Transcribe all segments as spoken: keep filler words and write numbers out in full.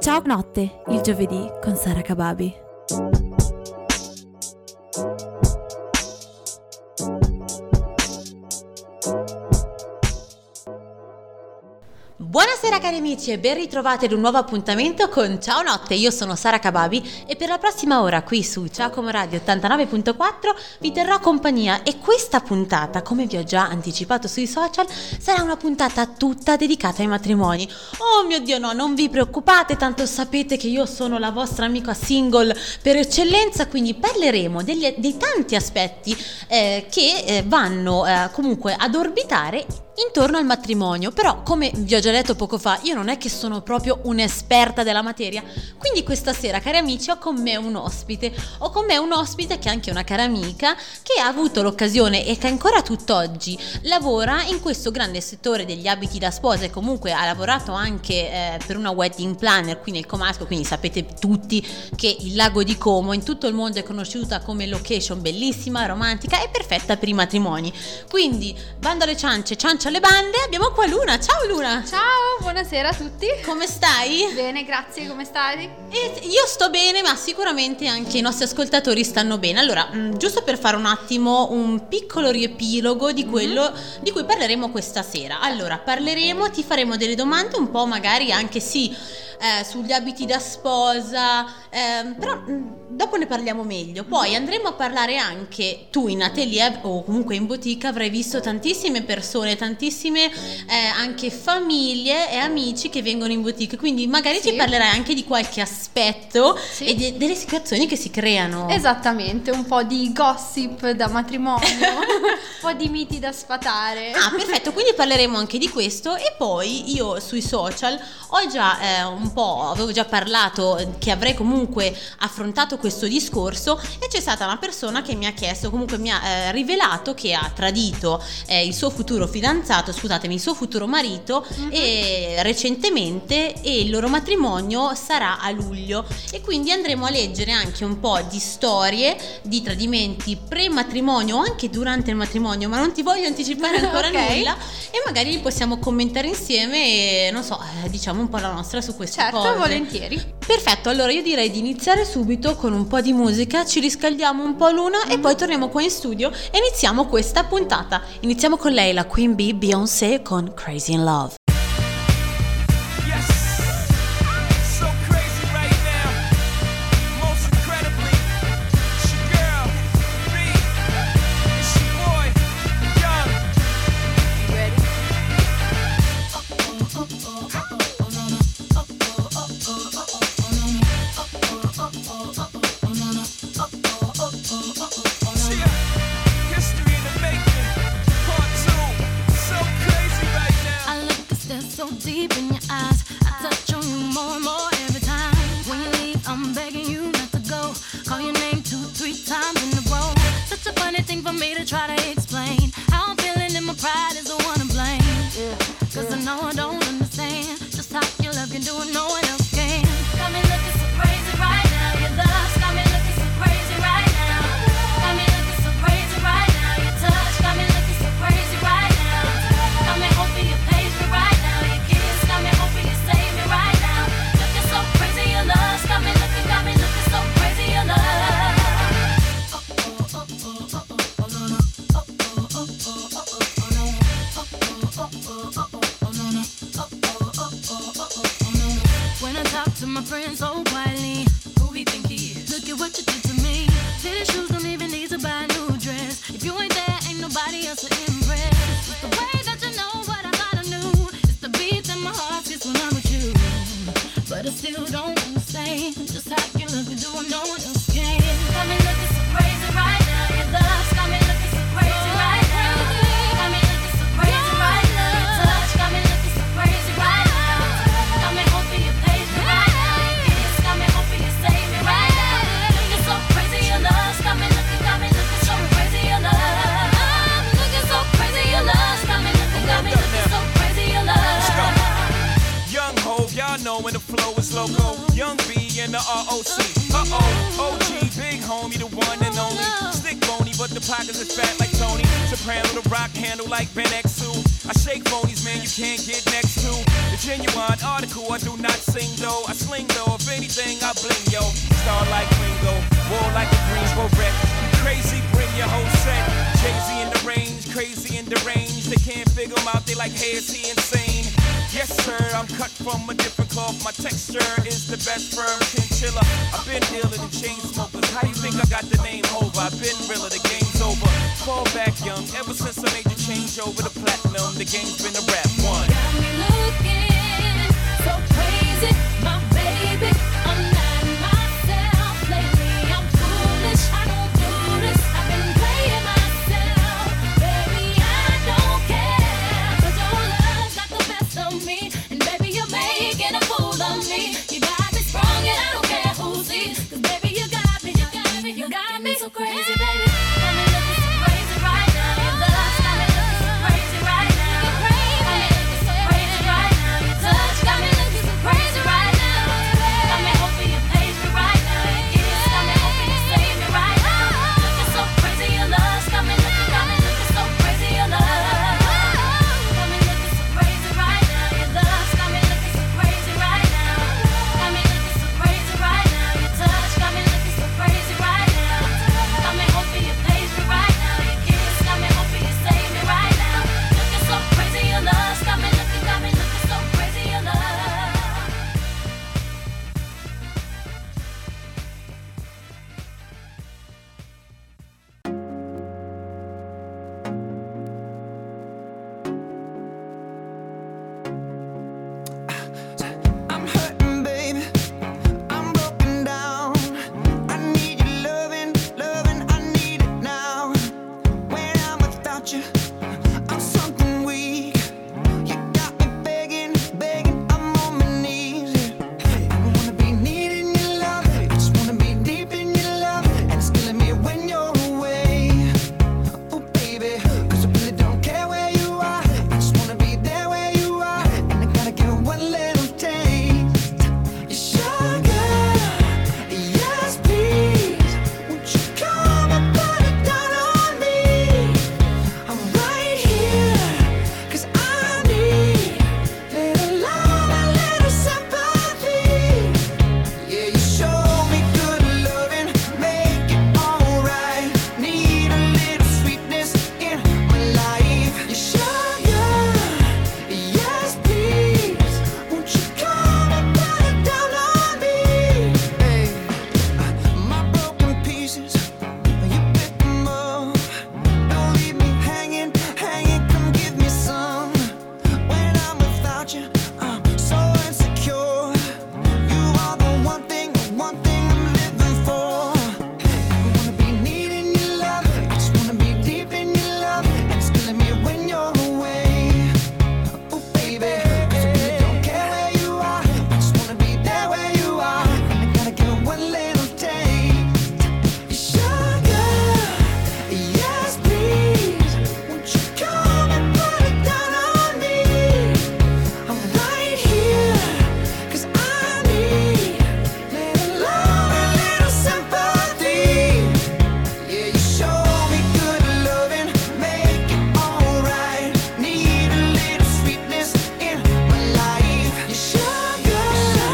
Ciao Notte, il giovedì con Sara Kababi. Buonasera cari amici e ben ritrovati ad un nuovo appuntamento con Ciao Notte, io sono Sara Kababi e per la prossima ora qui su Ciao Como Radio ottantanove virgola quattro vi terrò compagnia e questa puntata, come vi ho già anticipato sui social, sarà una puntata tutta dedicata ai matrimoni. Oh mio Dio no, non vi preoccupate, tanto sapete che io sono la vostra amica single per eccellenza, quindi parleremo degli, dei tanti aspetti eh, che eh, vanno eh, comunque ad orbitare intorno al matrimonio. Però, come vi ho già detto poco fa, io non è che sono proprio un'esperta della materia, quindi questa sera, cari amici, ho con me un ospite ho con me un ospite che è anche una cara amica, che ha avuto l'occasione e che ancora tutt'oggi lavora in questo grande settore degli abiti da sposa, e comunque ha lavorato anche eh, per una wedding planner qui nel Comasco, quindi sapete tutti che il lago di Como in tutto il mondo è conosciuta come location bellissima, romantica e perfetta per i matrimoni. Quindi, bando alle ciance, ciance alle bande, abbiamo qua Luna. Ciao Luna. Ciao, buonasera a tutti. Come stai? Bene, grazie, come stai? E io sto bene, ma sicuramente anche i nostri ascoltatori stanno bene. Allora, mh, giusto per fare un attimo un piccolo riepilogo di quello mm-hmm. di cui parleremo questa sera. Allora, parleremo, ti faremo delle domande un po' magari anche sì eh, sugli abiti da sposa, eh, però mh, dopo ne parliamo meglio. Poi andremo a parlare anche, tu in atelier o comunque in boutique avrai visto tantissime persone, tantissime eh, anche famiglie e amici che vengono in boutique, quindi magari sì. ci parlerai anche di qualche aspetto sì. e de- delle situazioni che si creano. Esattamente, un po' di gossip da matrimonio, un po' di miti da sfatare. Ah, perfetto, quindi parleremo anche di questo. E poi io sui social ho già eh, un po', avevo già parlato che avrei comunque affrontato questo discorso, e c'è stata una persona che mi ha chiesto, comunque mi ha eh, rivelato che ha tradito eh, il suo futuro fidanzato, scusatemi, il suo futuro marito mm-hmm. e recentemente, e il loro matrimonio sarà a luglio, e quindi andremo a leggere anche un po' di storie di tradimenti pre-matrimonio o anche durante il matrimonio, ma non ti voglio anticipare ancora okay. nulla, e magari li possiamo commentare insieme e non so, eh, diciamo un po' la nostra su queste certo, cose. Certo, volentieri. Perfetto, allora io direi di iniziare subito con un po' di musica, ci riscaldiamo un po' Luna mm-hmm. e poi torniamo qua in studio e iniziamo questa puntata. Iniziamo con lei, la Queen Bee, Beyoncé con Crazy in Love. When the flow is loco, Young B and the R O C. Uh-oh, O G, big homie, the one and only. Stick bony, but the pockets is fat like Tony. Soprano, the rock handle like Ben X two. I shake phonies, man, you can't get next to. The genuine article, I do not sing though. I sling though, if anything, I bling yo. Star like Ringo, war like a Greensboro wreck. Crazy, bring your whole set. Jay-Z in the range, crazy in the range. They can't figure him out, they like, hey, is he insane? Yes, sir, I'm cut from a different cloth. My texture is the best firm chinchilla. I've been dealing in chain smokers. How you think I got the name over? I've been realer, the game's over. Fall back young, ever since I made the change over to platinum, the game's been a rap one. Got me looking so crazy, my baby. I'm not myself lately. I'm foolish, I don't do this. I've been playing myself, baby. I don't care, 'cause your love's got the best of me, and baby you're making a fool of me. You got me sprung and I don't care who sees, 'cause baby you got me, you got me, you got me so crazy, baby. Got me looking so crazy right now. Your love's got me looking so crazy right now. You're crazy, got me looking so crazy right now. Your touch got me looking so crazy right now. Got me hoping you page me right now. Your kiss got me hoping you save me right now. Looking so crazy, your love's got me looking, got me looking so crazy, your love. Got me looking so crazy right now. Your love's got me looking so crazy right now. Got me looking so crazy right now. Your touch got me looking so crazy right now. Got me hoping you page me right now. Your kiss got me hoping you save me right now. Looking so crazy, your love's got me looking, got me looking so crazy, your love. I'm hurting, baby. I'm broken down. I need your loving, loving. I need it now. When I'm without you, I'm something weak. You got me begging, begging. I'm on my knees. I don't wanna be needing your love. I just wanna be deep in your love, and it's killing me when you're away. Oh, baby, 'cause I really don't care where you are. I just wanna be there where you are, and I gotta get one little taste. Your sugar, yes please. Won't you come and put it down on me? I'm right here, 'cause I need little love and little sympathy. Yeah, you show me good loving, make it alright. Need a little sweetness in my life. Your sugar, yes please. Won't you come and put it down on me? Hey, my broken pieces, you pick them up. Don't leave me hanging, hanging. Come give me some. When I'm without you, I'm so insecure. You are the one thing, the one thing I'm living for. I wanna be needing your love. I just wanna be deep in your love, and it's killing me when you're away. Oh, baby, 'cause I really don't care where you are. I just wanna be there where you are, and I gotta get one little taste. Your sugar, yes please. Won't you come and put it down on me? I'm right here, 'cause I need little love and little sympathy. Yeah, you show me good loving, make it alright. Need a little sweetness in my life. Your sugar,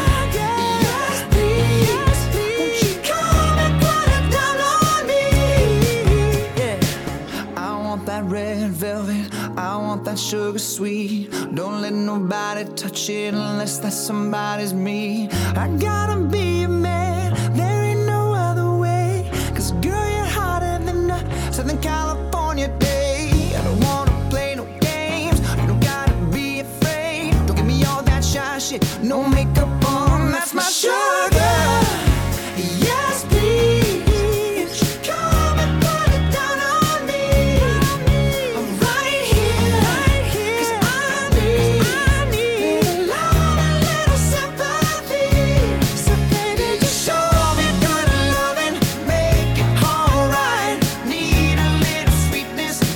yes please. Won't you come and put it down on me? Yeah, I want that red velvet, I want that sugar sweet. Don't let nobody touch it unless that somebody's me. I gotta be a man, there ain't no other way. 'Cause girl, you're hotter than a Southern California day. I don't wanna play no games, you don't gotta be afraid. Don't give me all that shy shit, no makeup on, that's my sugar. Yes please. Won't you come and put it down on me? I'm right here, 'cause I need little love and little sympathy. So baby, just show me good loving, make it alright. Need a little sweetness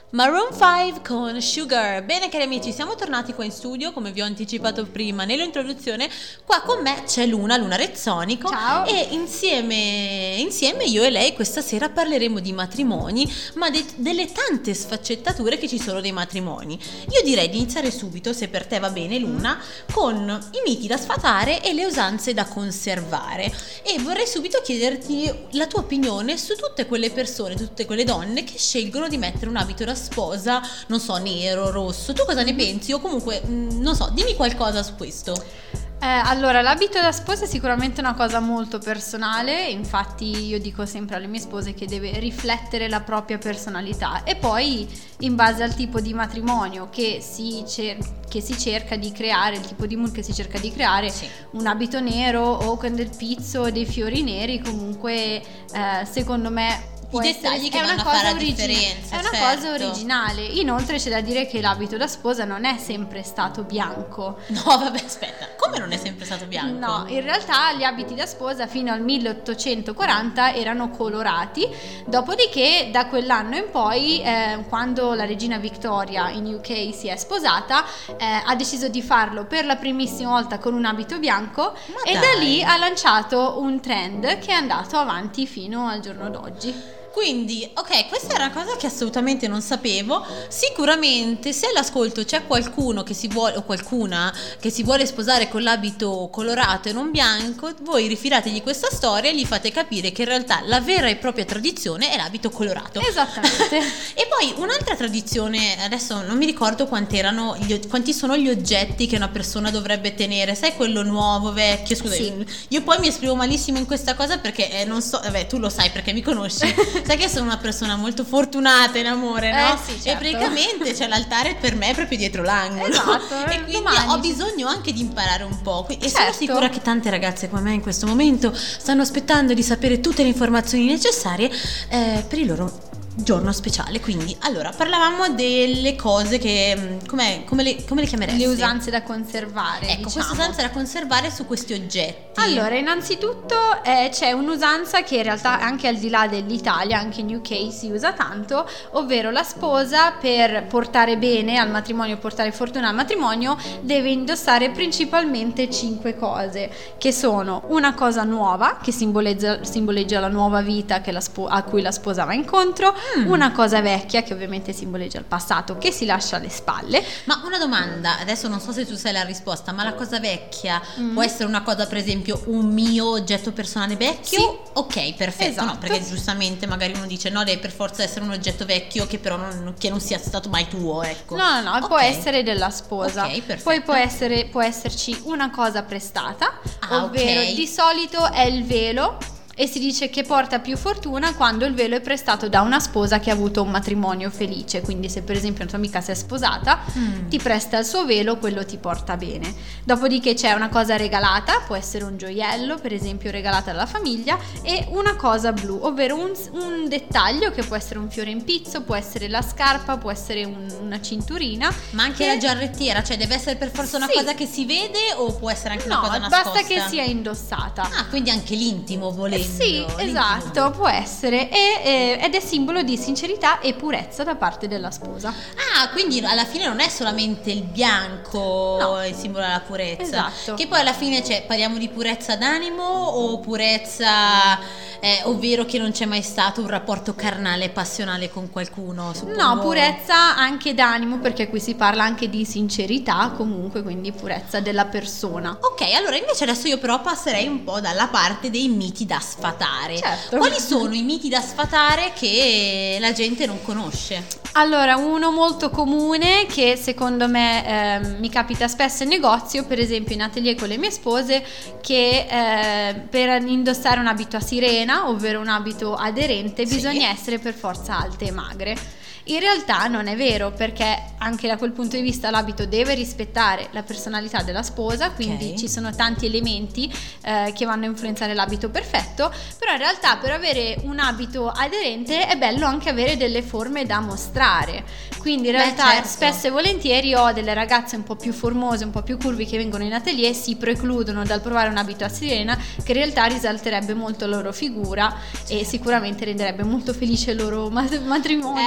Maroon cinque con Sugar. Bene cari amici, siamo tornati qua in studio, come vi ho anticipato prima nell'introduzione. Qua con me c'è Luna, Luna Rezzonico. Ciao. E insieme, insieme io e lei questa sera parleremo di matrimoni, ma de- delle tante sfaccettature che ci sono dei matrimoni. Io direi di iniziare subito, se per te va bene Luna, con i miti da sfatare e le usanze da conservare. E vorrei subito chiederti la tua opinione su tutte quelle persone, tutte quelle donne che scelgono di mettere un abito da sposa, non so, nero, rosso. Tu cosa ne pensi? O comunque, mh, non so, dimmi qualcosa su questo. Eh, allora, l'abito da sposa è sicuramente una cosa molto personale, infatti io dico sempre alle mie spose che deve riflettere la propria personalità e poi in base al tipo di matrimonio che si, cer- che si cerca di creare, il tipo di mood che si cerca di creare, Sì. un abito nero o con del pizzo e dei fiori neri, comunque eh, secondo me può I essere- dettagli che è una vanno a fare cosa la origi- differenza, è una certo. cosa originale. Inoltre c'è da dire che l'abito da sposa non è sempre stato bianco. No, vabbè, aspetta, come non è sempre stato bianco? No, in realtà gli abiti da sposa fino al milleottocentoquaranta erano colorati, dopodiché da quell'anno in poi, eh, quando la regina Victoria in U K si è sposata, eh, ha deciso di farlo per la primissima volta con un abito bianco Ma e dai. da lì ha lanciato un trend che è andato avanti fino al giorno d'oggi. Quindi, ok, questa è una cosa che assolutamente non sapevo. Sicuramente se all'ascolto c'è qualcuno che si vuole, o qualcuna che si vuole sposare con l'abito colorato e non bianco, voi rifilategli questa storia e gli fate capire che in realtà la vera e propria tradizione è l'abito colorato. Esattamente. E poi un'altra tradizione, adesso non mi ricordo quanti erano gli- quanti sono gli oggetti che una persona dovrebbe tenere, sai, quello nuovo, vecchio, scusa, Sì. io poi mi esprimo malissimo in questa cosa perché eh, non so, vabbè, tu lo sai perché mi conosci. Sai che sono una persona molto fortunata in amore, no? Eh sì, E certo. praticamente c'è l'altare per me proprio dietro l'angolo. Esatto, E eh, quindi domani ho ci- bisogno anche di imparare un po'. E sono Certo. sicura che tante ragazze come me in questo momento stanno aspettando di sapere tutte le informazioni necessarie eh, per il loro giorno speciale. Quindi, allora, parlavamo delle cose che mh, com'è- come, le, come le chiameresti? Le usanze da conservare, Ecco, diciamo. queste usanze da conservare su questi oggetti. Allora, innanzitutto eh, c'è un'usanza che in realtà anche al di là dell'Italia, anche in U K si usa tanto, ovvero la sposa per portare bene al matrimonio, portare fortuna al matrimonio, deve indossare principalmente cinque cose, che sono una cosa nuova, che simboleggia, simboleggia la nuova vita che la spo- a cui la sposa va incontro, una cosa vecchia, che ovviamente simboleggia il passato, che si lascia alle spalle. Ma una domanda, adesso non so se tu sai la risposta, ma la cosa vecchia Mm. può essere una cosa, per esempio, un mio oggetto personale vecchio? Sì. Ok, perfetto. No, Esatto. perché giustamente magari uno dice no, deve per forza essere un oggetto vecchio che però non, che non sia stato mai tuo, ecco. No, no, no, può Ok. essere della sposa. Ok, perfetto. Poi può, essere, può esserci una cosa prestata, Ah, ovvero ok. di solito è il velo. E si dice che porta più fortuna quando il velo è prestato da una sposa che ha avuto un matrimonio felice. Quindi se per esempio una tua amica si è sposata, Mm. ti presta il suo velo, quello ti porta bene. Dopodiché c'è una cosa regalata, può essere un gioiello, per esempio regalata dalla famiglia, e una cosa blu, ovvero un, un dettaglio che può essere un fiore in pizzo, può essere la scarpa, può essere un- una cinturina. Ma anche che- la giarrettiera, cioè deve essere per forza una Sì. cosa che si vede o può essere anche No, una cosa nascosta? basta che sia indossata. Ah, quindi anche l'intimo volendo. Sì, l'intimo. esatto, può essere e, eh, ed è simbolo di sincerità e purezza da parte della sposa. Ah, quindi alla fine non è solamente il bianco No. il simbolo della purezza. Esatto. Che poi alla fine c'è, parliamo di purezza d'animo o purezza, eh, ovvero che non c'è mai stato un rapporto carnale e passionale con qualcuno? suppongo. No, purezza anche d'animo, perché qui si parla anche di sincerità comunque, quindi purezza della persona. Ok, allora invece adesso io però passerei un po' dalla parte dei miti da sfatare. Certo. Quali sono i miti da sfatare che la gente non conosce? Allora, uno molto comune che secondo me ehm, mi capita spesso in negozio, per esempio in atelier con le mie spose, che eh, per indossare un abito a sirena, ovvero un abito aderente, Sì. bisogna essere per forza alte e magre. In realtà non è vero, perché anche da quel punto di vista l'abito deve rispettare la personalità della sposa, quindi Ok. ci sono tanti elementi eh, che vanno a influenzare l'abito perfetto, però in realtà per avere un abito aderente è bello anche avere delle forme da mostrare. Quindi in Beh, realtà certo. spesso e volentieri ho delle ragazze un po' più formose, un po' più curvi che vengono in atelier, si precludono dal provare un abito a sirena, che in realtà risalterebbe molto la loro figura e sicuramente renderebbe molto felice il loro mat- matrimonio. Eh,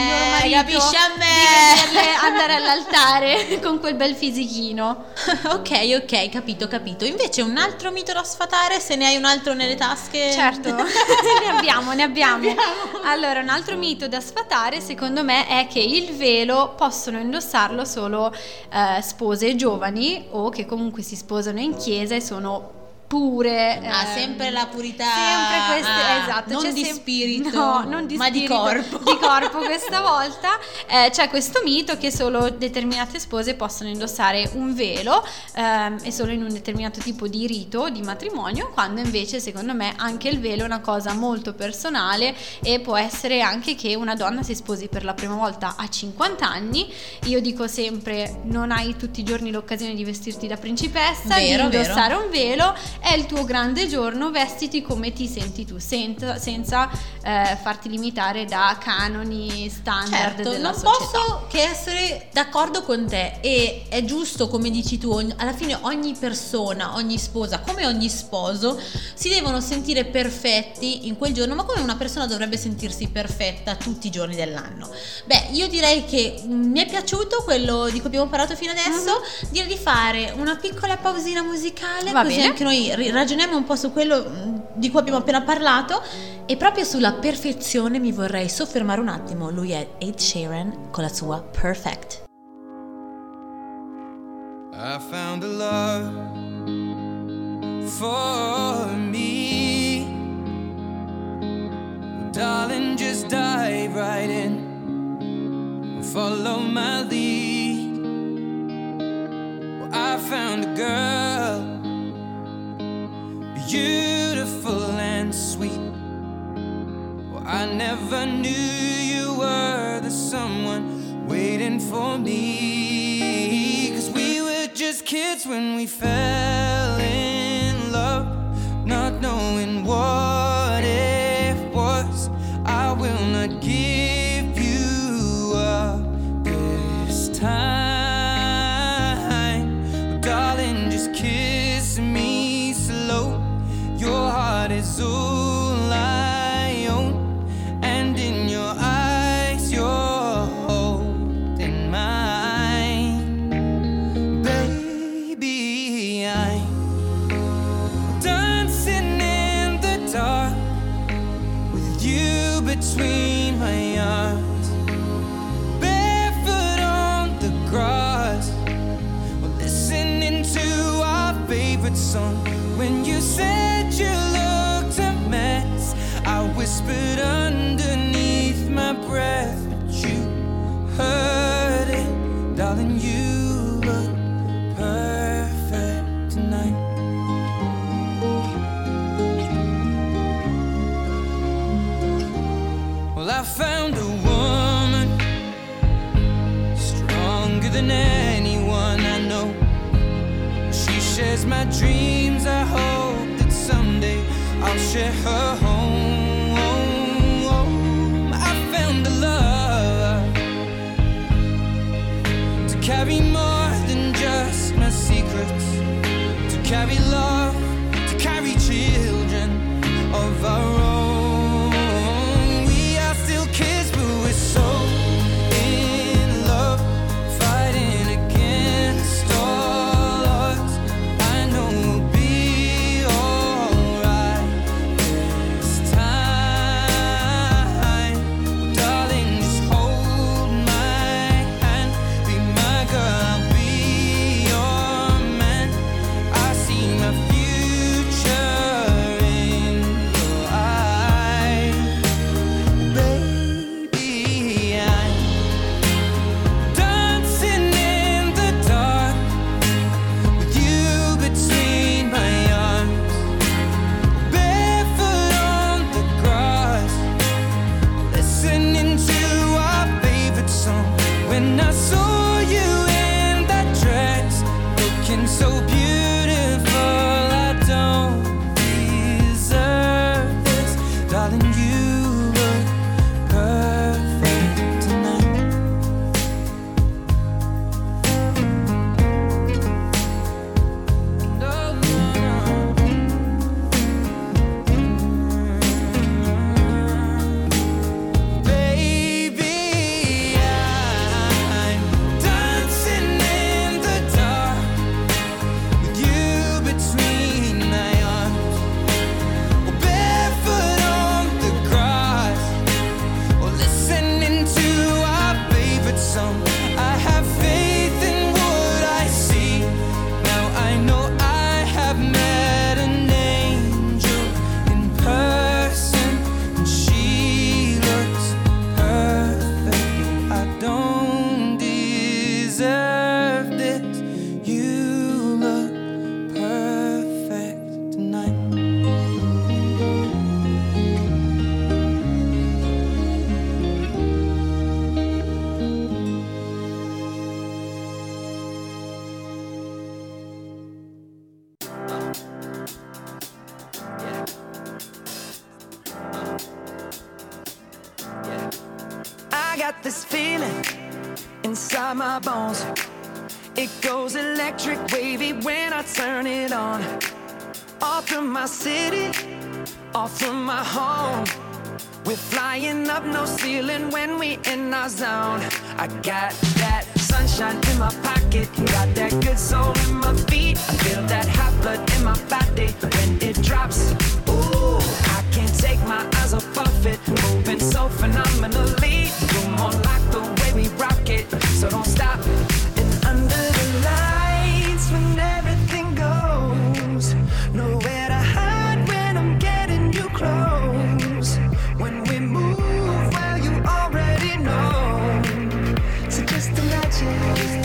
il loro marito capisci a me? di vederle andare all'altare con quel bel fisichino. Ok, ok, capito, capito. Invece un altro mito da sfatare, se ne hai un altro nelle tasche? Certo, ne abbiamo, ne abbiamo. Allora, un altro mito da sfatare secondo me è che il velo possono indossarlo solo eh, spose giovani o che comunque si sposano in chiesa e sono pure. Ah, ehm, sempre la purità. Sempre queste, ah, esatto. Non c'è di sem- spirito, no, non di ma spirito, di corpo. Di corpo questa volta. Eh, c'è questo mito che solo determinate spose possono indossare un velo ehm, e solo in un determinato tipo di rito di matrimonio, quando invece secondo me anche il velo è una cosa molto personale e può essere anche che una donna si sposi per la prima volta a cinquanta anni. Io dico sempre, non hai tutti i giorni l'occasione di vestirti da principessa, Vero, di indossare vero. un velo, è il tuo grande giorno, vestiti come ti senti tu, senza, senza eh, farti limitare da canoni standard Certo, della non società. posso che essere d'accordo con te, e è giusto, come dici tu, ogni- alla fine ogni persona, ogni sposa, come ogni sposo, si devono sentire perfetti in quel giorno, ma come una persona dovrebbe sentirsi perfetta tutti i giorni dell'anno. Beh, io direi che mm, mi è piaciuto quello di cui abbiamo parlato fino adesso, direi di fare una piccola pausina musicale, Va così bene. anche noi ri- ragioniamo un po' su quello mm, di cui abbiamo appena parlato, e proprio sulla perfezione mi vorrei soffermare un attimo. Lui è Ed Sheeran con la sua Perfect. I found a love for me. Well, darling, just dive right in. Follow my lead. Well, I found a girl, beautiful and sweet. Well, I never knew you were the someone waiting for me. 'Cause we were just kids when we fell in love, not knowing what it was. I will not give you up this time. Darling, just kiss me slow. Your heart is all I own, and in your eyes you're holding mine. Baby, I'm dancing in the dark with you between my arms, barefoot on the grass, listening to our favorite song. When you said you looked a mess, I whispered underneath my breath, but you heard it. Darling, you look perfect tonight. Well, I found a woman stronger than anyone I know. She shares my dreams. I hope that someday I'll share her home. I found a love to carry more than just my secrets, to carry love, to carry children of our own. We are still kids, but we're so in love, fighting against all odds. I know we'll be alright this time. Darling, just hold my hand, be my girl, I'll be your man. I see my future in your eyes. Baby, I'm dancing in the dark with you between my arms, barefoot on the grass, listening to our favorite song. When I saw you in that dress, looking so beautiful, I don't deserve this. Darling, you look perfect tonight. No, no, no. Baby, I got this feeling inside my bones. It goes electric wavy when I turn it on. Off from my city, off from my home. We're flying up, no ceiling when we in our zone. I got that sunshine in my pocket, got that good soul in my feet. I feel that hot blood in my body when it drops. Ooh, I can't take my eyes off of it, moving so phenomenally. You're more like the way we rock it, so don't stop. And under the lights when everything goes, nowhere to hide when I'm getting you close. When we move, well, you already know. So just imagine.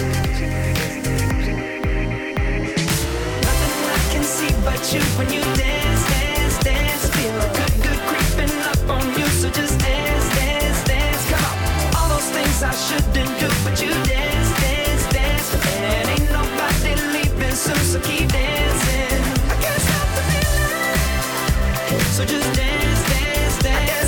Nothing I can see but you when you dance, dance, dance. Feel good, good creeping up on you. So just dance, dance, dance. Come on. All those things I shouldn't do, but you dance, dance, dance. And ain't nobody leaving soon, so keep dancing. I can't stop the feeling. So just dance, dance, dance.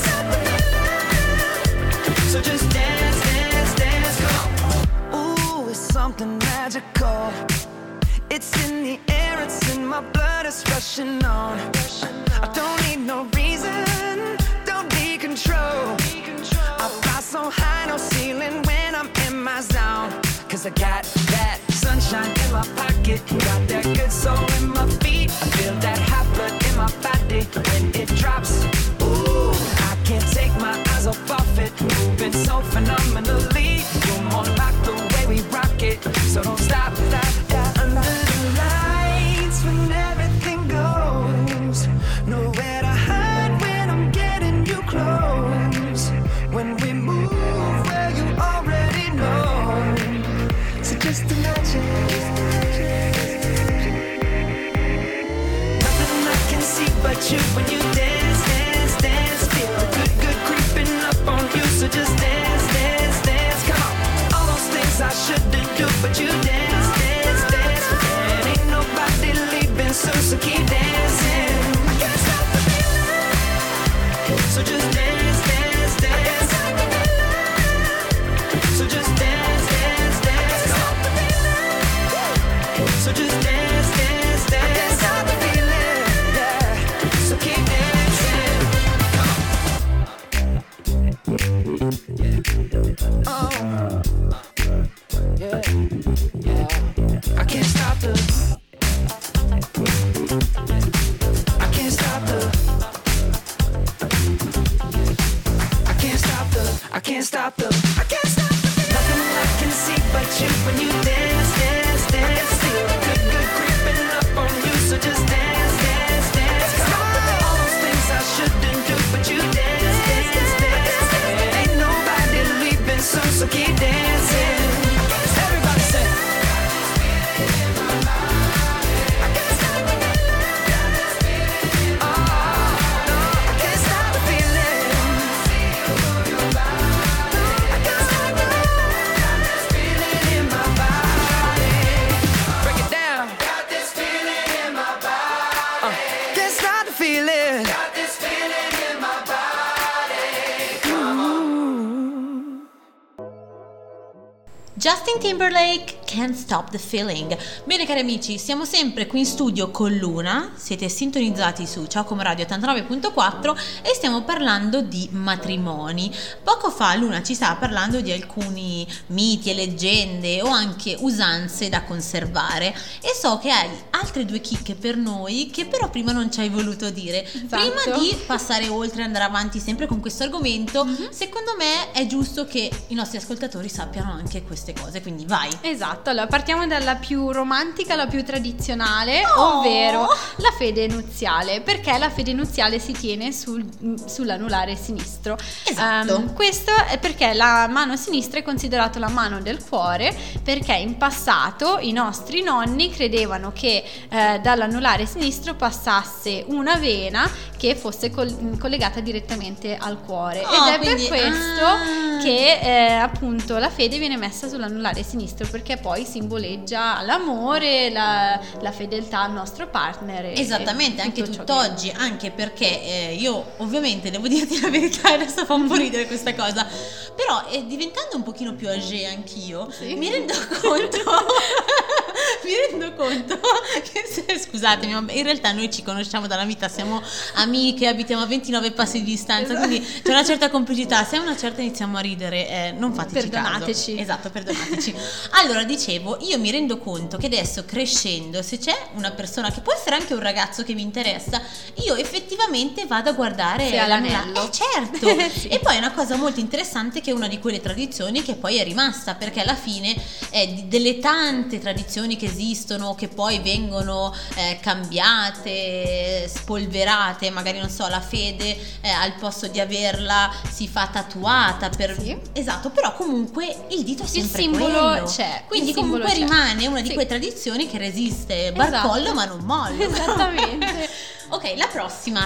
So just dance, dance, dance, come on. Ooh, it's something magical. It's in the air, it's in my blood, it's rushing on. I don't need no reason, don't need control. I fly so high, no ceiling when I'm in my zone. Cause I got that sunshine in my pocket, got that good soul in my feet. I feel that hot blood in my body when it drops. Ooh, I can't take my eyes off of it, moving so phenomenally. You're more like the way we rock it, so don't stop, stop, stop. Under the lights when everything goes, nowhere to hide when I'm getting you close. When we move, well, you already know. So just imagine. Nothing I can see but you when you dance, dance, dance. Feel good, good creeping up on you. So just dance, dance, dance. Come on. All those things I shouldn't do, but you dance, dance, dance. And ain't nobody leaving soon, so keep dancing. I can't stop the feeling. So just dance, dance, dance. So just dance, dance, dance. Come on. So just dance, dance, dance. I can't stop the feeling. Yeah. So keep dancing. Oh, yeah, yeah. I can't stop the. I can't stop the. I can't stop the. I can't stop the. I can't stop the. Nothing I can see but you when you dance, dance, dance. Feel good, good creeping up on you. So just dance, dance, dance. Come on. All those things I shouldn't do, but you dance, dance, dance. And ain't nobody leaving soon, so keep dancing. Everybody say. I can't stop the feeling. Oh, no, I can't stop the feeling. I can't stop the feeling in my body. Break it down. Got this feeling in my body. Uh, can't stop the feeling. Got this feeling in my body. Come on. Justin Timberlake, Can't Stop the Feeling. Bene cari amici, siamo sempre qui in studio con Luna, siete sintonizzati su Ciao Como Radio ottantanove punto quattro e stiamo parlando di matrimoni. Poco fa Luna ci stava parlando di alcuni miti e leggende o anche usanze da conservare e so che hai altre due chicche per noi che però prima non ci hai voluto dire. Esatto. Prima di passare oltre e andare avanti sempre con questo argomento, Mhm. secondo me è giusto che i nostri ascoltatori sappiano anche queste cose, quindi vai. Esatto, allora partiamo dalla più romantica alla più tradizionale, Oh! ovvero la fede nuziale, perché la fede nuziale si tiene sul, sull'anulare sinistro. Esatto. Ehm, questo è perché la mano sinistra è considerata la mano del cuore, perché in passato i nostri nonni credevano che eh, dall'anulare sinistro passasse una vena che fosse col- collegata direttamente al cuore. Oh, Ed è quindi- per questo ah. che eh, appunto la fede viene messa sull'anulare sinistro perché poi simboleggia l'amore, la, la fedeltà al nostro partner. e- Esattamente, e anche tutto ciò tutt'oggi, anche perché eh, io ovviamente devo dirti la verità, adesso fa un po' ridere questa cosa, però eh, diventando un pochino più âgée anch'io, Sì. mi rendo conto mi rendo conto che se, scusatemi, ma in realtà noi ci conosciamo dalla vita, siamo amiche, abitiamo a ventinove passi di distanza, Esatto. quindi c'è una certa complicità, se a una certa iniziamo a ridere, eh, non fateci Perdonateci. caso. Esatto, perdonateci. Allora, dicevo, io mi rendo conto che adesso crescendo, se c'è una persona che può essere anche un ragazzo che mi interessa, io effettivamente vado a guardare Se ha l'anulare. l'anello. Eh, certo. Sì. E poi è una cosa molto interessante che è una di quelle tradizioni che poi è rimasta, perché alla fine è di- delle tante tradizioni che esistono, che poi vengono eh, cambiate, spolverate, magari non so, la fede eh, al posto di averla si fa tatuata per... Sì. Esatto, però comunque il dito è Il sempre simbolo quello. c'è, Quindi il simbolo comunque c'è. rimane una di Sì. quelle tradizioni che resiste barcollo Esatto. ma non molla. Esattamente. Ok, la prossima.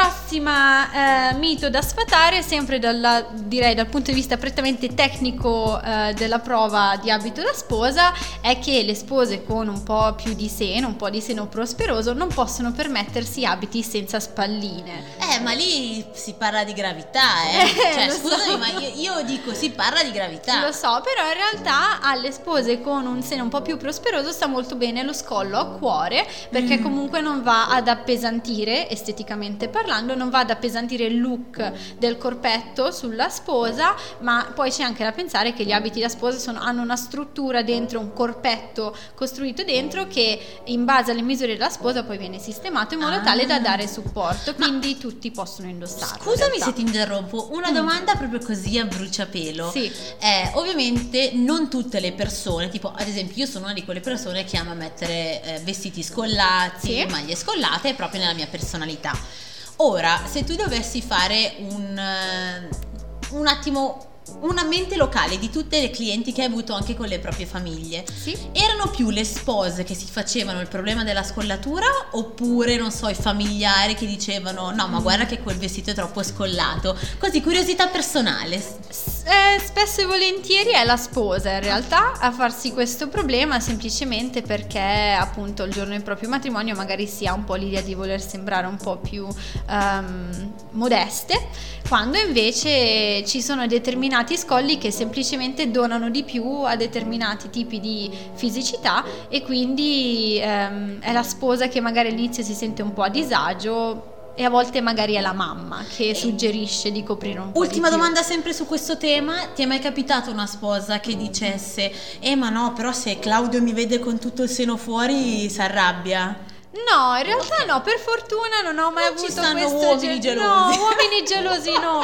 Prossima eh, mito da sfatare, sempre dalla, direi dal punto di vista prettamente tecnico eh, della prova di abito da sposa, è che le spose con un po' più di seno, un po' di seno prosperoso, non possono permettersi abiti senza spalline. Eh, ma lì si parla di gravità, eh. Eh, cioè, lo scusami, so. ma io, io dico si parla di gravità. Lo so, però in realtà alle spose con un seno un po' più prosperoso sta molto bene lo scollo a cuore, perché Mm. comunque non va ad appesantire, esteticamente parlando, non va ad appesantire il look del corpetto sulla sposa, ma poi c'è anche da pensare che gli abiti da sposa sono- hanno una struttura dentro, un corpetto costruito dentro che in base alle misure della sposa poi viene sistemato in modo Ah. tale da dare supporto, quindi tutti possono indossarlo. in Scusami realtà. se ti interrompo, una Mm. domanda proprio così a bruciapelo. Sì. Eh, ovviamente non tutte le persone, tipo ad esempio io sono una di quelle persone che ama mettere eh, vestiti scollati, Sì. maglie scollate, è proprio nella mia personalità. Ora, se tu dovessi fare un, eh, un attimo una mente locale di tutte le clienti che hai avuto anche con le proprie famiglie, Sì. erano più le spose che si facevano il problema della scollatura oppure, non so, i familiari che dicevano no ma guarda che quel vestito è troppo scollato? Così, curiosità personale. S- eh, spesso e volentieri è la sposa in realtà a farsi questo problema, semplicemente perché appunto il giorno del proprio matrimonio magari si ha un po' l'idea di voler sembrare un po' più ehm, modeste, quando invece ci sono determinati scolli che semplicemente donano di più a determinati tipi di fisicità, e quindi ehm, è la sposa che magari all'inizio si sente un po' a disagio, e a volte magari è la mamma che suggerisce di coprire un po' Ultima di più. domanda sempre su questo tema, ti è mai capitato una sposa che dicesse eh ma no, però se Claudio mi vede con tutto il seno fuori si arrabbia? No, in realtà no, per fortuna non ho mai Non ci avuto stanno questo uomini ge- gelosi. No, uomini gelosi no,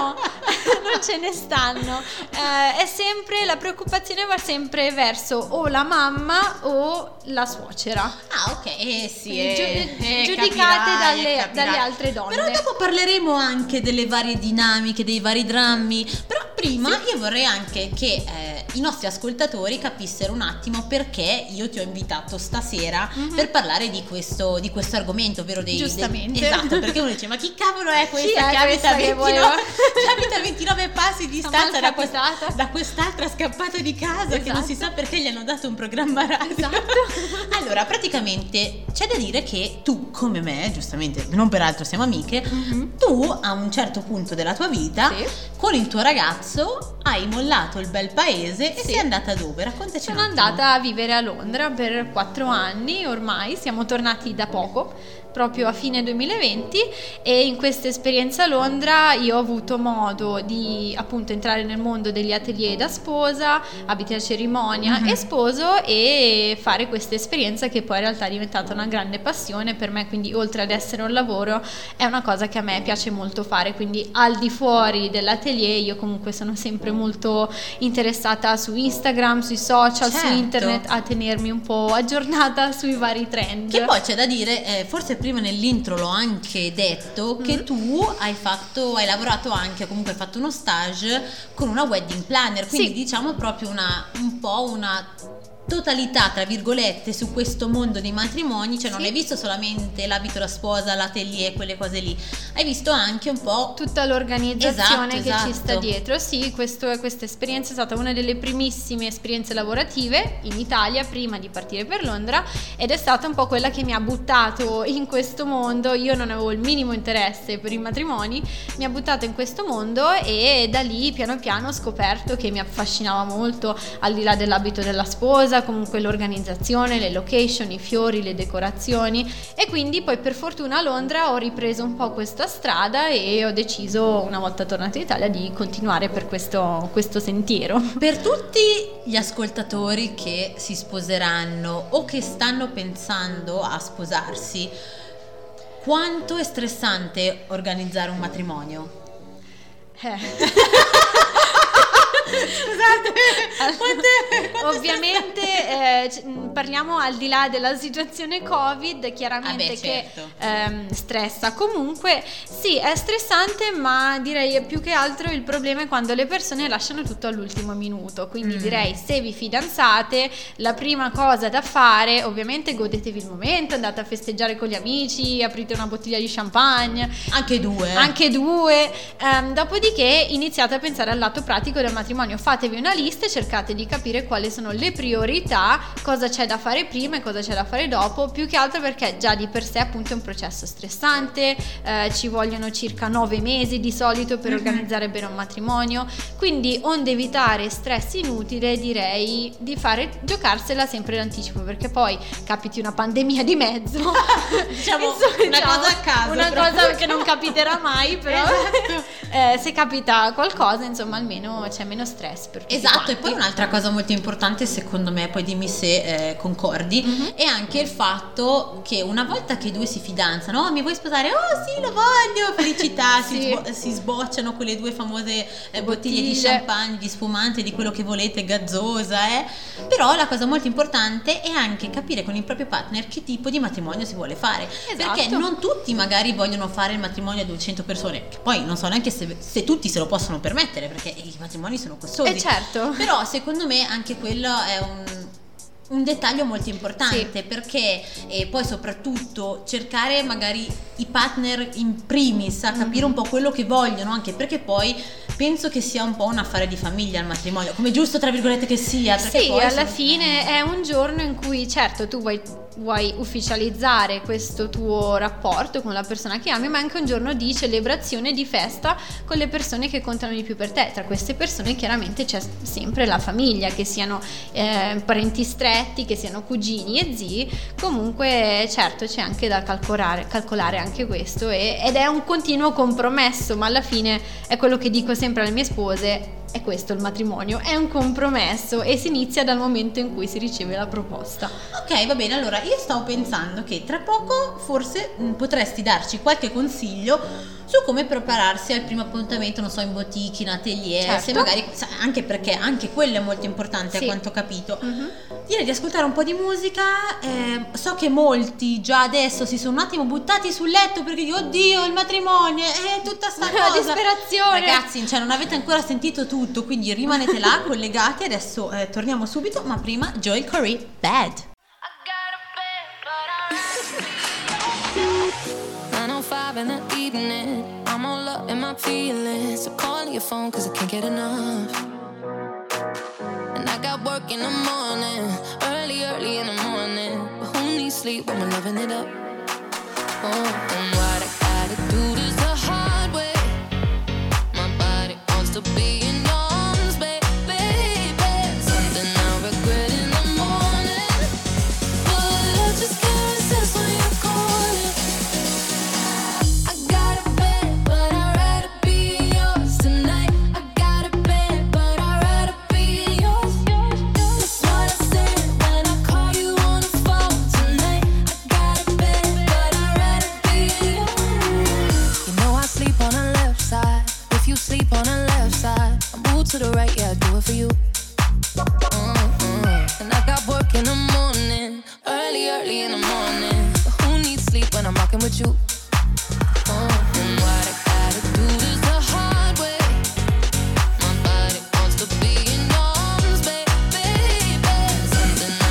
non ce ne stanno. Eh, è sempre, la preoccupazione va sempre verso o la mamma o la suocera. Ah ok, eh sì, Quindi eh, giu- eh, giudicate capirai, dalle- capirai. dalle altre donne. Però dopo parleremo anche delle varie dinamiche, dei vari drammi. Però prima io vorrei anche che eh, i nostri ascoltatori capissero un attimo perché io ti ho invitato stasera Mhm. per parlare di questo, di questo argomento, ovvero dei... Giustamente. dei- esatto, perché uno dice ma chi cavolo è questa Chi è che abita questa che ventinove, voleva- che abita ventinove passi di Sta distanza da, quest- malcapitata. da quest'altra scappata di casa che non si Esatto. sa perché gli hanno dato un programma radio. Esatto. Allora, praticamente c'è da dire che tu, come me, giustamente, non peraltro siamo amiche, Mhm. tu a un certo punto della tua vita, Sì. con il tuo ragazzo, hai mollato il bel paese e Sì. sei andata dove? Raccontaci Sono un attimo. andata a vivere a Londra per quattro anni ormai, siamo tornati da poco, proprio a fine duemilaventi, e in questa esperienza a Londra io ho avuto modo di appunto entrare nel mondo degli atelier da sposa, abiti da cerimonia Mhm. e sposo, e fare questa esperienza che poi in realtà è diventata una grande passione per me, quindi oltre ad essere un lavoro è una cosa che a me piace molto fare, quindi al di fuori dell'atelier io comunque sono sempre molto interessata su Instagram, sui social, su Certo. internet, a tenermi un po' aggiornata sui vari trend. Che poi c'è da dire, eh, forse prima nell'intro l'ho anche detto, che Mhm. tu hai fatto, hai lavorato anche, comunque hai fatto uno stage con una wedding planner, quindi Sì. diciamo proprio una, un po' una totalità, tra virgolette, su questo mondo dei matrimoni, cioè non Sì. hai visto solamente l'abito da sposa, l'atelier, quelle cose lì, hai visto anche un po' tutta l'organizzazione Esatto, che esatto. ci sta dietro. Sì, questo- questa esperienza è stata una delle primissime esperienze lavorative in Italia prima di partire per Londra, ed è stata un po' quella che mi ha buttato in questo mondo. Io non avevo il minimo interesse per i matrimoni, mi ha buttato in questo mondo e da lì piano piano ho scoperto che mi affascinava molto, al di là dell'abito della sposa, comunque l'organizzazione, le location, i fiori, le decorazioni, e quindi poi per fortuna a Londra ho ripreso un po' questa strada e ho deciso, una volta tornata in Italia, di continuare per questo, questo sentiero. per tutti gli ascoltatori che si sposeranno o che stanno pensando a sposarsi. Quanto è stressante organizzare un matrimonio? Eh. Scusate, quante- quante Ovviamente eh, c- mh, parliamo al di là della situazione Covid, chiaramente Ah beh, che certo. ehm, stressa. Comunque sì, è stressante, ma direi più che altro il problema è quando le persone lasciano tutto all'ultimo minuto. Quindi Mm. direi, se vi fidanzate, la prima cosa da fare, ovviamente godetevi il momento, andate a festeggiare con gli amici, aprite una bottiglia di champagne, Anche due. anche due, ehm, dopodiché iniziate a pensare al lato pratico del matrimonio. Fatevi una lista e cercate di capire quali sono le priorità, cosa c'è da fare prima e cosa c'è da fare dopo, più che altro perché già di per sé appunto è un processo stressante, eh, ci vogliono circa nove mesi di solito per organizzare bene un matrimonio, quindi onde evitare stress inutile direi di fare giocarsela sempre in anticipo, perché poi capiti una pandemia di mezzo, Diciamo, Insomma, una diciamo, cosa a caso, una proprio. cosa che non capiterà mai, però Esatto. eh, se capita qualcosa, insomma, almeno c'è meno stress per tutti Esatto, quanti. e poi un'altra cosa molto importante secondo me, poi dimmi se eh, concordi, Mhm. è anche il fatto che una volta che i due si fidanzano, oh mi vuoi sposare? Oh sì, lo voglio, felicità, si, Sì. sbo- si sbocciano quelle due famose eh, bottiglie di Bottiglie. champagne, di spumante, di quello che volete, gazzosa, eh. Però la cosa molto importante è anche capire con il proprio partner che tipo di matrimonio si vuole fare, Esatto. perché non tutti magari vogliono fare il matrimonio a duecento persone, che poi non so neanche se, se tutti se lo possono permettere, perché i matrimoni sono costosi. Eh, certo. Però secondo me anche quello è un, un dettaglio molto importante, perché e poi soprattutto cercare magari i partner in primis a capire un po' quello che vogliono, anche perché poi penso che sia un po' un affare di famiglia il matrimonio, come giusto tra virgolette che sia, perché Sì, poi alla sono- fine è un giorno in cui certo tu vuoi, vuoi ufficializzare questo tuo rapporto con la persona che ami, ma è anche un giorno di celebrazione, di festa con le persone che contano di più per te. Tra queste persone chiaramente c'è sempre la famiglia, che siano eh, parenti stretti, che siano cugini e zii. Comunque certo c'è anche da calcolare, calcolare anche questo, e- ed è un continuo compromesso, ma alla fine è quello che dico sempre alle mie spose. È questo il matrimonio, è un compromesso e si inizia dal momento in cui si riceve la proposta. Ok, va bene, allora io stavo pensando che tra poco forse mh, potresti darci qualche consiglio su come prepararsi al primo appuntamento, non so, in boutique, in atelier, Certo. se magari, sa- anche perché anche quello è molto importante, Sì. a quanto ho capito. Mhm. Direi di ascoltare un po' di musica, eh, so che molti già adesso si sono un attimo buttati sul letto perché dico, oddio, il matrimonio, è tutta sta La cosa. disperazione. Ragazzi, cioè non avete ancora sentito tutto, quindi rimanete là, collegati, adesso eh, torniamo subito, ma prima Joel Corey, Bad. nine oh five in the evening, I'm all up in my feelings. So call your phone cause I can't get enough. And I got work in the morning, early, early in the morning. But who needs sleep when we're loving it up? Oh, and what I gotta do this the hard way. My body wants to be in arms, baby. Something I regret in the morning. But I just can't resist when you're calling. I got a bed, but I'd rather be yours tonight. I got a bed, but I'd rather be yours. That's what I said when I call you on the phone tonight. I got a bed, but I'd rather be yours. You know I sleep on the left side. If you sleep on the left side, I move to the right, yeah, I do it for you. Mm-mm. And I got work in the morning, early, early in the morning. But who needs sleep when I'm rocking with you? Oh, and what I gotta do this the hard way. My body wants to be in arms, baby. Something I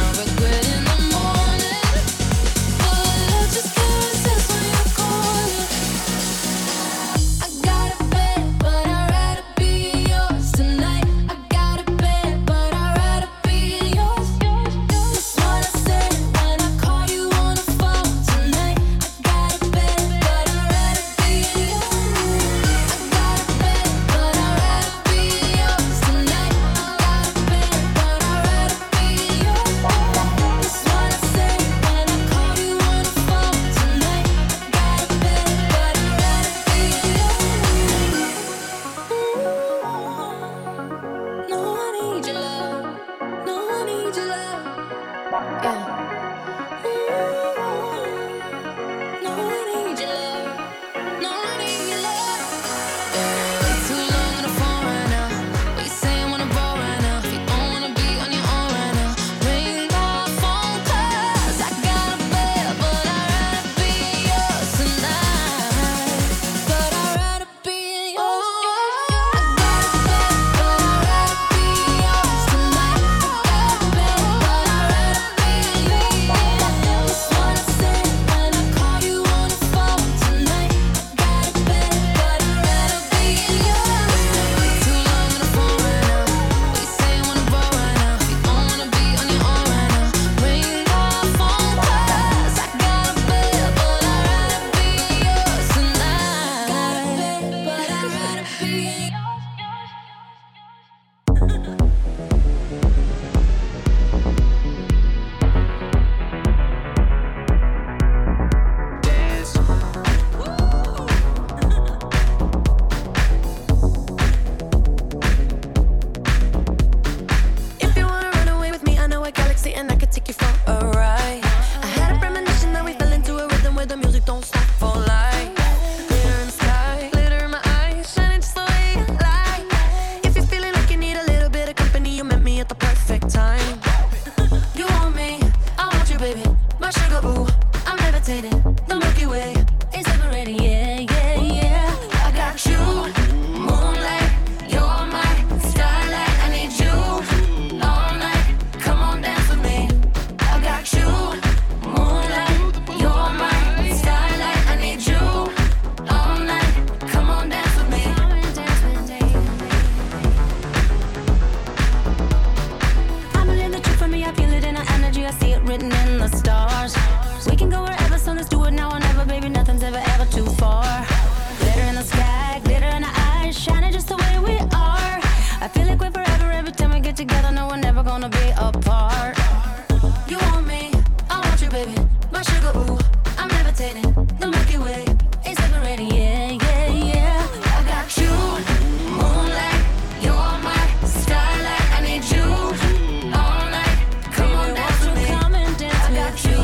every time we get together, no, we're never gonna be apart. You want me, I want you, baby. My sugar, ooh, I'm levitating. The Milky Way is separating, yeah, yeah, yeah. I got you, moonlight, you're my starlight. I need you all night. Come on, dance with me. Come and dance I got you,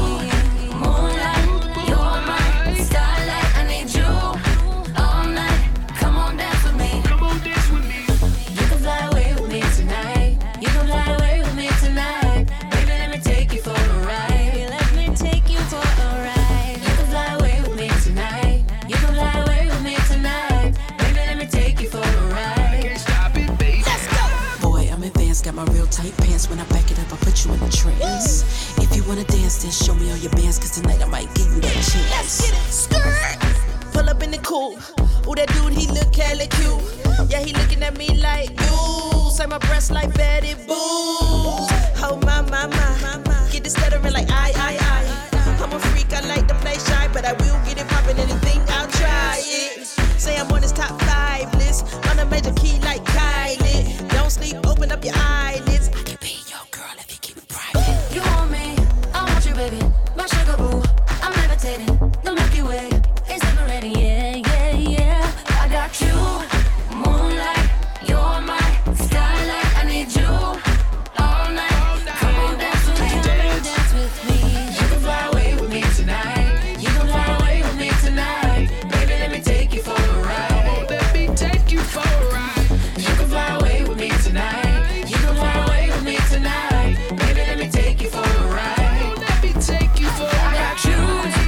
moonlight, you're my starlight. I need you all night. Come on, dance with me. Come on, dance with me. You can fly away with me tonight. You can fly away with me tonight. Baby, let me take you for a ride. Let me take you for a ride. You can fly away with me tonight. You can fly away with me tonight. Baby, let me take you for a ride. Can't stop it, baby. Let's go. Boy, I'm advanced, got my real tight pants. When I back it up, I put you in a trance. If you wanna dance, then show me all your bands, cause tonight I might give you that chance. Let's get it. Skirt. Pull up in the coupe. Ooh, that dude, he look hella cute. Yeah, he looking at me like you. Say my breasts like Betty Boo. Oh my, my, my, my. Get this stuttering like I, I, I. I'm a freak, I like to play shy, but I will get it poppin'. Anything, I'll try it. Say I'm on this top five list. On a major key like Kylie. Don't sleep, open up your eyelids. I can be your girl if you keep it private. You want me, I want you, baby. My sugar, ooh, I'm levitating. The Milky Way is separating, yeah, yeah, yeah. I got you, moonlight, you're my starlight. I need you all night. Come on, dance with me, come on, dance with me. You can fly away with me tonight. You can fly away with me tonight. Baby, let me take you for a ride. Let me take you for a ride. You can fly away with me tonight. You can fly away with me tonight. Baby, let me take you for a ride. Let me take you for a I ride. got you,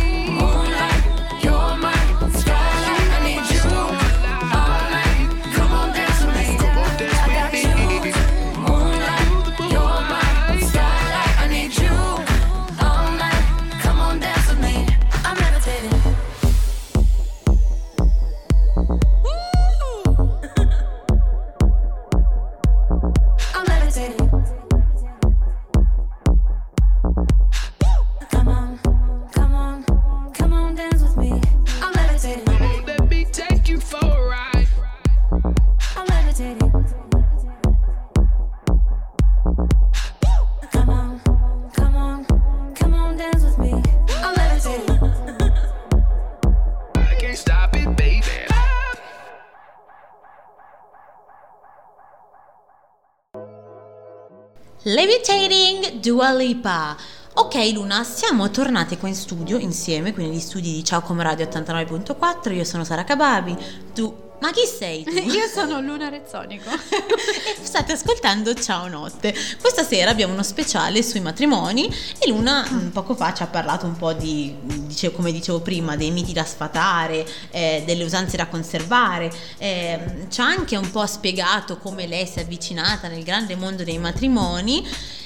moonlight, you're my starlight. I need you all night. Come on, dance with me. I got you, moonlight, you're my starlight. I need you all night. Come on, dance with me. I'm levitating. I'm levitating. Come on, come on, come on, dance with me. I'm levitating. Let me take you for a ride. I'm levitating. Come on, come on, come on, dance with me. I'm levitating. I can't stop it, baby. Levitating, Dua Lipa. Ok Luna, siamo tornate qua in studio insieme, quindi gli studi di Ciao Come Radio ottantanove punto quattro. Io sono Sara Cababi, tu... Ma chi sei tu? Io sono Luna Rezzonico. E state ascoltando Ciao Notte. Questa sera abbiamo uno speciale sui matrimoni e Luna mh, poco fa ci ha parlato un po' di, dicevo, come dicevo prima, dei miti da sfatare, eh, delle usanze da conservare, eh, ci ha anche un po' spiegato come lei si è avvicinata nel grande mondo dei matrimoni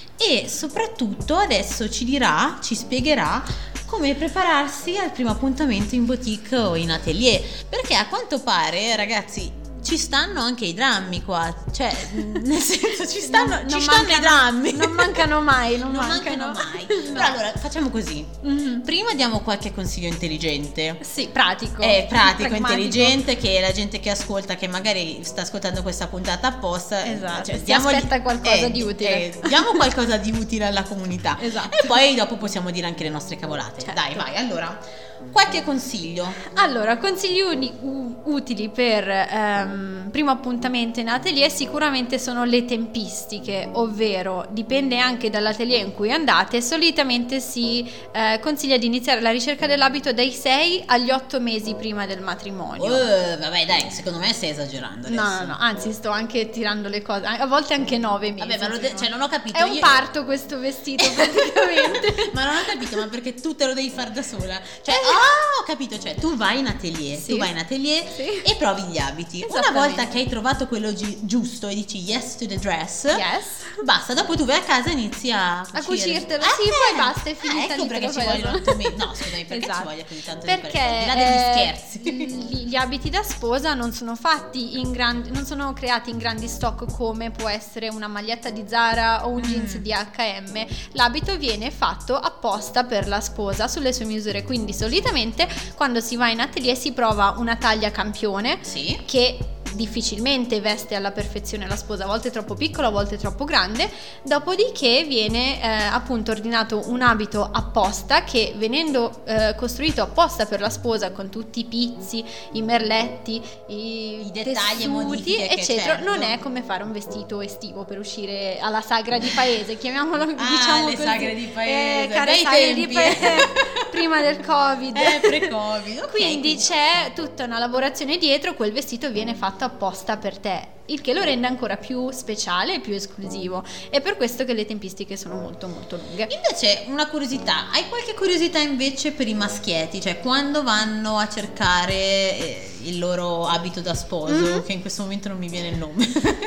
e soprattutto adesso ci dirà, ci spiegherà come prepararsi al primo appuntamento in boutique o in atelier, perché a quanto pare, ragazzi, ci stanno anche i drammi qua, cioè nel senso ci stanno, Non- ci non stanno mancano- i drammi, non mancano mai, non non mancano. mancano mai. No. Però allora facciamo così, Mhm. prima diamo qualche consiglio intelligente. Sì, pratico. È pratico, pragmatico. intelligente, che la gente che ascolta, che magari sta ascoltando questa puntata apposta, Esatto, cioè, si diamogli- aspetta qualcosa eh, di utile. eh, diamo qualcosa di utile alla comunità. Esatto. E poi dopo possiamo dire anche le nostre cavolate. Certo. Dai, vai, allora, qualche consiglio. Allora, consigli uni- u- utili per ehm, primo appuntamento in atelier sicuramente sono le tempistiche, ovvero dipende anche dall'atelier in cui andate, solitamente si eh, consiglia di iniziare la ricerca dell'abito dai sei agli otto mesi prima del matrimonio. Uh, vabbè, dai, secondo me stai esagerando adesso. No, no, no, anzi sto anche tirando le cose, a volte anche nove mesi. Vabbè, ma lo de- cioè, non ho capito. È un io- parto questo vestito praticamente. Ma non ho capito, ma perché tu te lo devi fare da sola? Cioè, ah, ho capito, cioè tu vai in atelier, Sì. tu vai in atelier Sì. e provi gli abiti. Una Esattamente. volta che hai trovato quello gi- giusto e dici yes to the dress, Yes. basta, dopo tu vai a casa e inizi a A cucirtelo, Ah, sì, eh. poi basta, è Ah, finita ecco lì, perché te ci lo fai da vogliono sola. otto mesi. No, scusami, perché Esatto. ci voglia così tanto Perché di al di là degli eh, scherzi. gli, gli abiti da sposa non sono fatti in grandi, non sono creati in grandi stock come può essere una maglietta di Zara o un jeans Mm. di acca emme. L'abito viene fatto apposta per la sposa sulle sue misure, quindi solitamente quando si va in atelier si prova una taglia campione Sì. che difficilmente veste alla perfezione la sposa, a volte troppo piccola, a volte troppo grande. Dopodiché viene eh, appunto ordinato un abito apposta che, venendo eh, costruito apposta per la sposa, con tutti i pizzi, i merletti, i, I dettagli e tessuti, modifiche che eccetera, certo. non è come fare un vestito estivo per uscire alla sagra di paese, chiamiamolo, Ah, diciamo le così. sagre di paese, eh, care bei sagre di tempi. paese, prima del Covid. Eh, pre-Covid, ok. Quindi c'è tutta una lavorazione dietro, quel vestito viene fatto apposta per te, il che lo rende ancora più speciale e più esclusivo. È per questo che le tempistiche sono molto molto lunghe. Invece, una curiosità, hai qualche curiosità invece per i maschietti? Cioè, quando vanno a cercare eh, il loro abito da sposo, Mm. che in questo momento non mi viene il nome.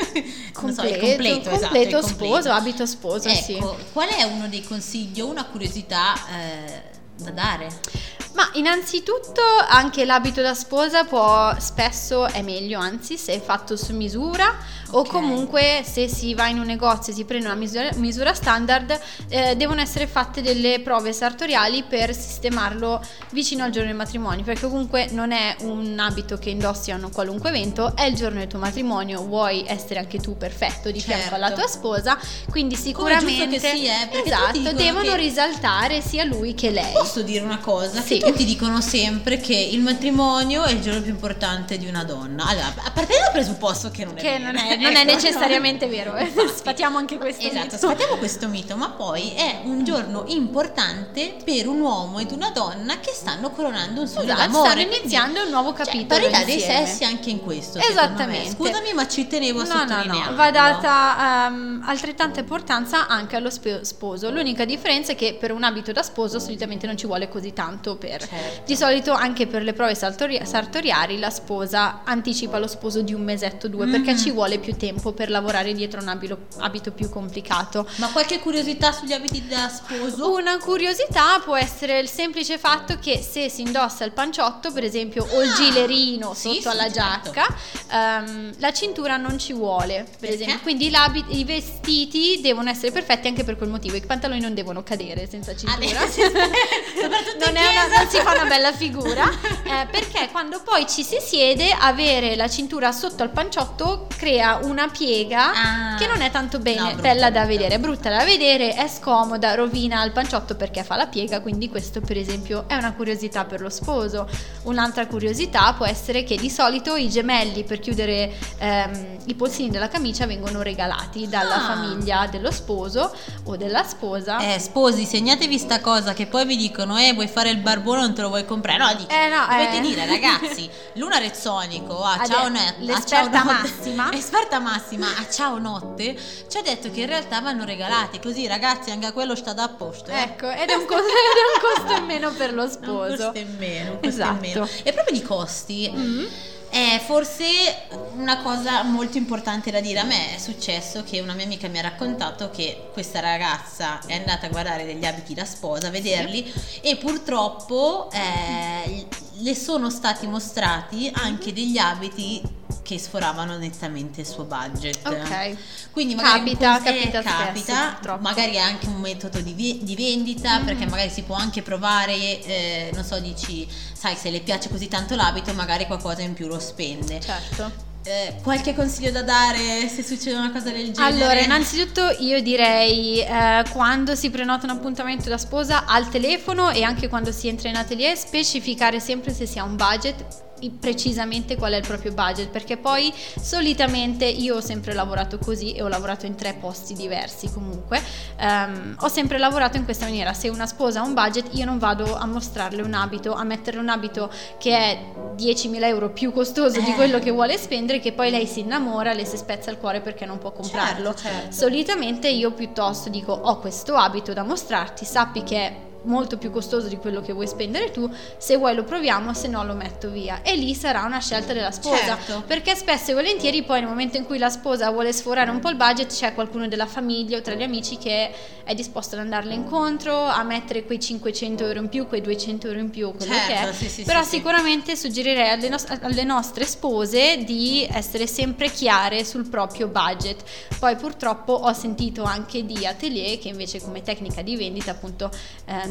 Non so, il Completo, completo, esatto, completo il completo. sposo, abito sposo, Ecco, sì. qual è uno dei consigli o una curiosità eh, da dare? Ma innanzitutto anche l'abito da sposa può, spesso è meglio, anzi, se è fatto su misura, o Ok. comunque se si va in un negozio e si prende una misura, misura standard, eh, devono essere fatte delle prove sartoriali per sistemarlo vicino al giorno del matrimonio, perché comunque non è un abito che indossi a un qualunque evento, è il giorno del tuo matrimonio, vuoi essere anche tu perfetto di fianco Certo. alla tua sposa, quindi Come è giusto sicuramente che sia, eh, perché tutti esatto, dicono devono che- risaltare sia lui che lei. Posso dire una cosa? Sì. Che tutti dicono sempre che il matrimonio è il giorno più importante di una donna. Allora, a partire dal presupposto che non è Che vero. non è, non è Ecco, necessariamente vero, eh. Infatti. Sfatiamo anche questo Esatto, mito. sfatiamo questo mito, ma poi è un giorno importante per un uomo ed una donna che stanno coronando un sogno Esatto, d'amore. stanno quindi- iniziando un nuovo cioè, capitolo parità dei insieme. sessi anche in questo, secondo Esattamente. me. Scusami, ma ci tenevo a No, no, sottolinearlo. no, va data ehm, altrettanta importanza anche allo sp- sposo. L'unica differenza è che per un abito da sposo solitamente non ci vuole così tanto per. Certo. Di solito anche per le prove sartori- sartoriali la sposa anticipa lo sposo di un mesetto o due, perché Mhm. ci vuole più tempo per lavorare dietro un abito, abito più complicato. Ma qualche curiosità sugli abiti da sposo? Una curiosità può essere il semplice fatto che se si indossa il panciotto, per esempio, o il Ah, gilerino sì, sotto sì, alla certo. giacca, ehm, la cintura non ci vuole, per Perché? esempio. Quindi l'abi- i vestiti devono essere perfetti anche per quel motivo. I pantaloni non devono cadere senza cintura. Adesso, soprattutto non, in è una- chiesa. non si fa una bella figura, eh, perché quando poi ci si siede, avere la cintura sotto al panciotto crea una piega Ah. che non è tanto bene, No, brutta, bella da brutta. vedere, è brutta da vedere, è scomoda, rovina il panciotto perché fa la piega, quindi questo per esempio è una curiosità per lo sposo. Un'altra curiosità può essere che di solito i gemelli per chiudere ehm, i polsini della camicia vengono regalati dalla Ah. famiglia dello sposo o della sposa. Eh, sposi, segnatevi sta cosa che poi vi dicono, eh, vuoi fare il barbone, non te lo vuoi comprare. No, dici, Eh, no, dovete eh. dire, ragazzi, Luna Rezzonico, a Ade- ciao net, a l'esperta ciao notte- Massima. esperta massima, a ciao notte, ci ha detto che in realtà vanno regalati, così ragazzi, anche a quello sta da a posto. Eh. Ecco, ed è un, costo, ed è un costo in meno per lo Un sposo. costo in meno, un costo Esatto. in meno. E proprio di costi, Mm. è forse una cosa molto importante da dire. A me è successo che una mia amica mi ha raccontato che questa ragazza è andata a guardare degli abiti da sposa, a vederli, e purtroppo eh, le sono stati mostrati anche degli abiti che sforavano nettamente il suo budget. Ok. Quindi magari Capita, un po'- capita eh, spesso, capita, purtroppo. magari è anche un metodo di, vi- di vendita, Mm. perché magari si può anche provare, eh, non so, dici, sai, se le piace così tanto l'abito, magari qualcosa in più lo spende. Certo. Eh, qualche consiglio da dare se succede una cosa del genere? Allora, innanzitutto io direi eh, quando si prenota un appuntamento da sposa al telefono e anche quando si entra in atelier specificare sempre se si ha un budget, i- precisamente qual è il proprio budget, perché poi solitamente io ho sempre lavorato così e ho lavorato in tre posti diversi comunque. Ehm, ho sempre lavorato in questa maniera: se una sposa ha un budget io non vado a mostrarle un abito, a metterle un abito che è diecimila euro più costoso di Eh. quello che vuole spendere, che poi lei si innamora, le si spezza il cuore perché non può comprarlo. Certo, certo. Solitamente io piuttosto dico: ho questo abito da mostrarti, sappi che è molto più costoso di quello che vuoi spendere tu, se vuoi lo proviamo, se no lo metto via. E lì sarà una scelta della sposa, Certo. perché spesso e volentieri poi nel momento in cui la sposa vuole sforare un po' il budget c'è qualcuno della famiglia o tra gli amici che è disposto ad andarle incontro, a mettere quei cinquecento euro in più, quei duecento euro in più, quello Certo, che è. sì, sì, Però sì, sì. sicuramente suggerirei alle, nos- alle nostre spose di essere sempre chiare sul proprio budget. Poi purtroppo ho sentito anche di atelier che invece come tecnica di vendita appunto eh,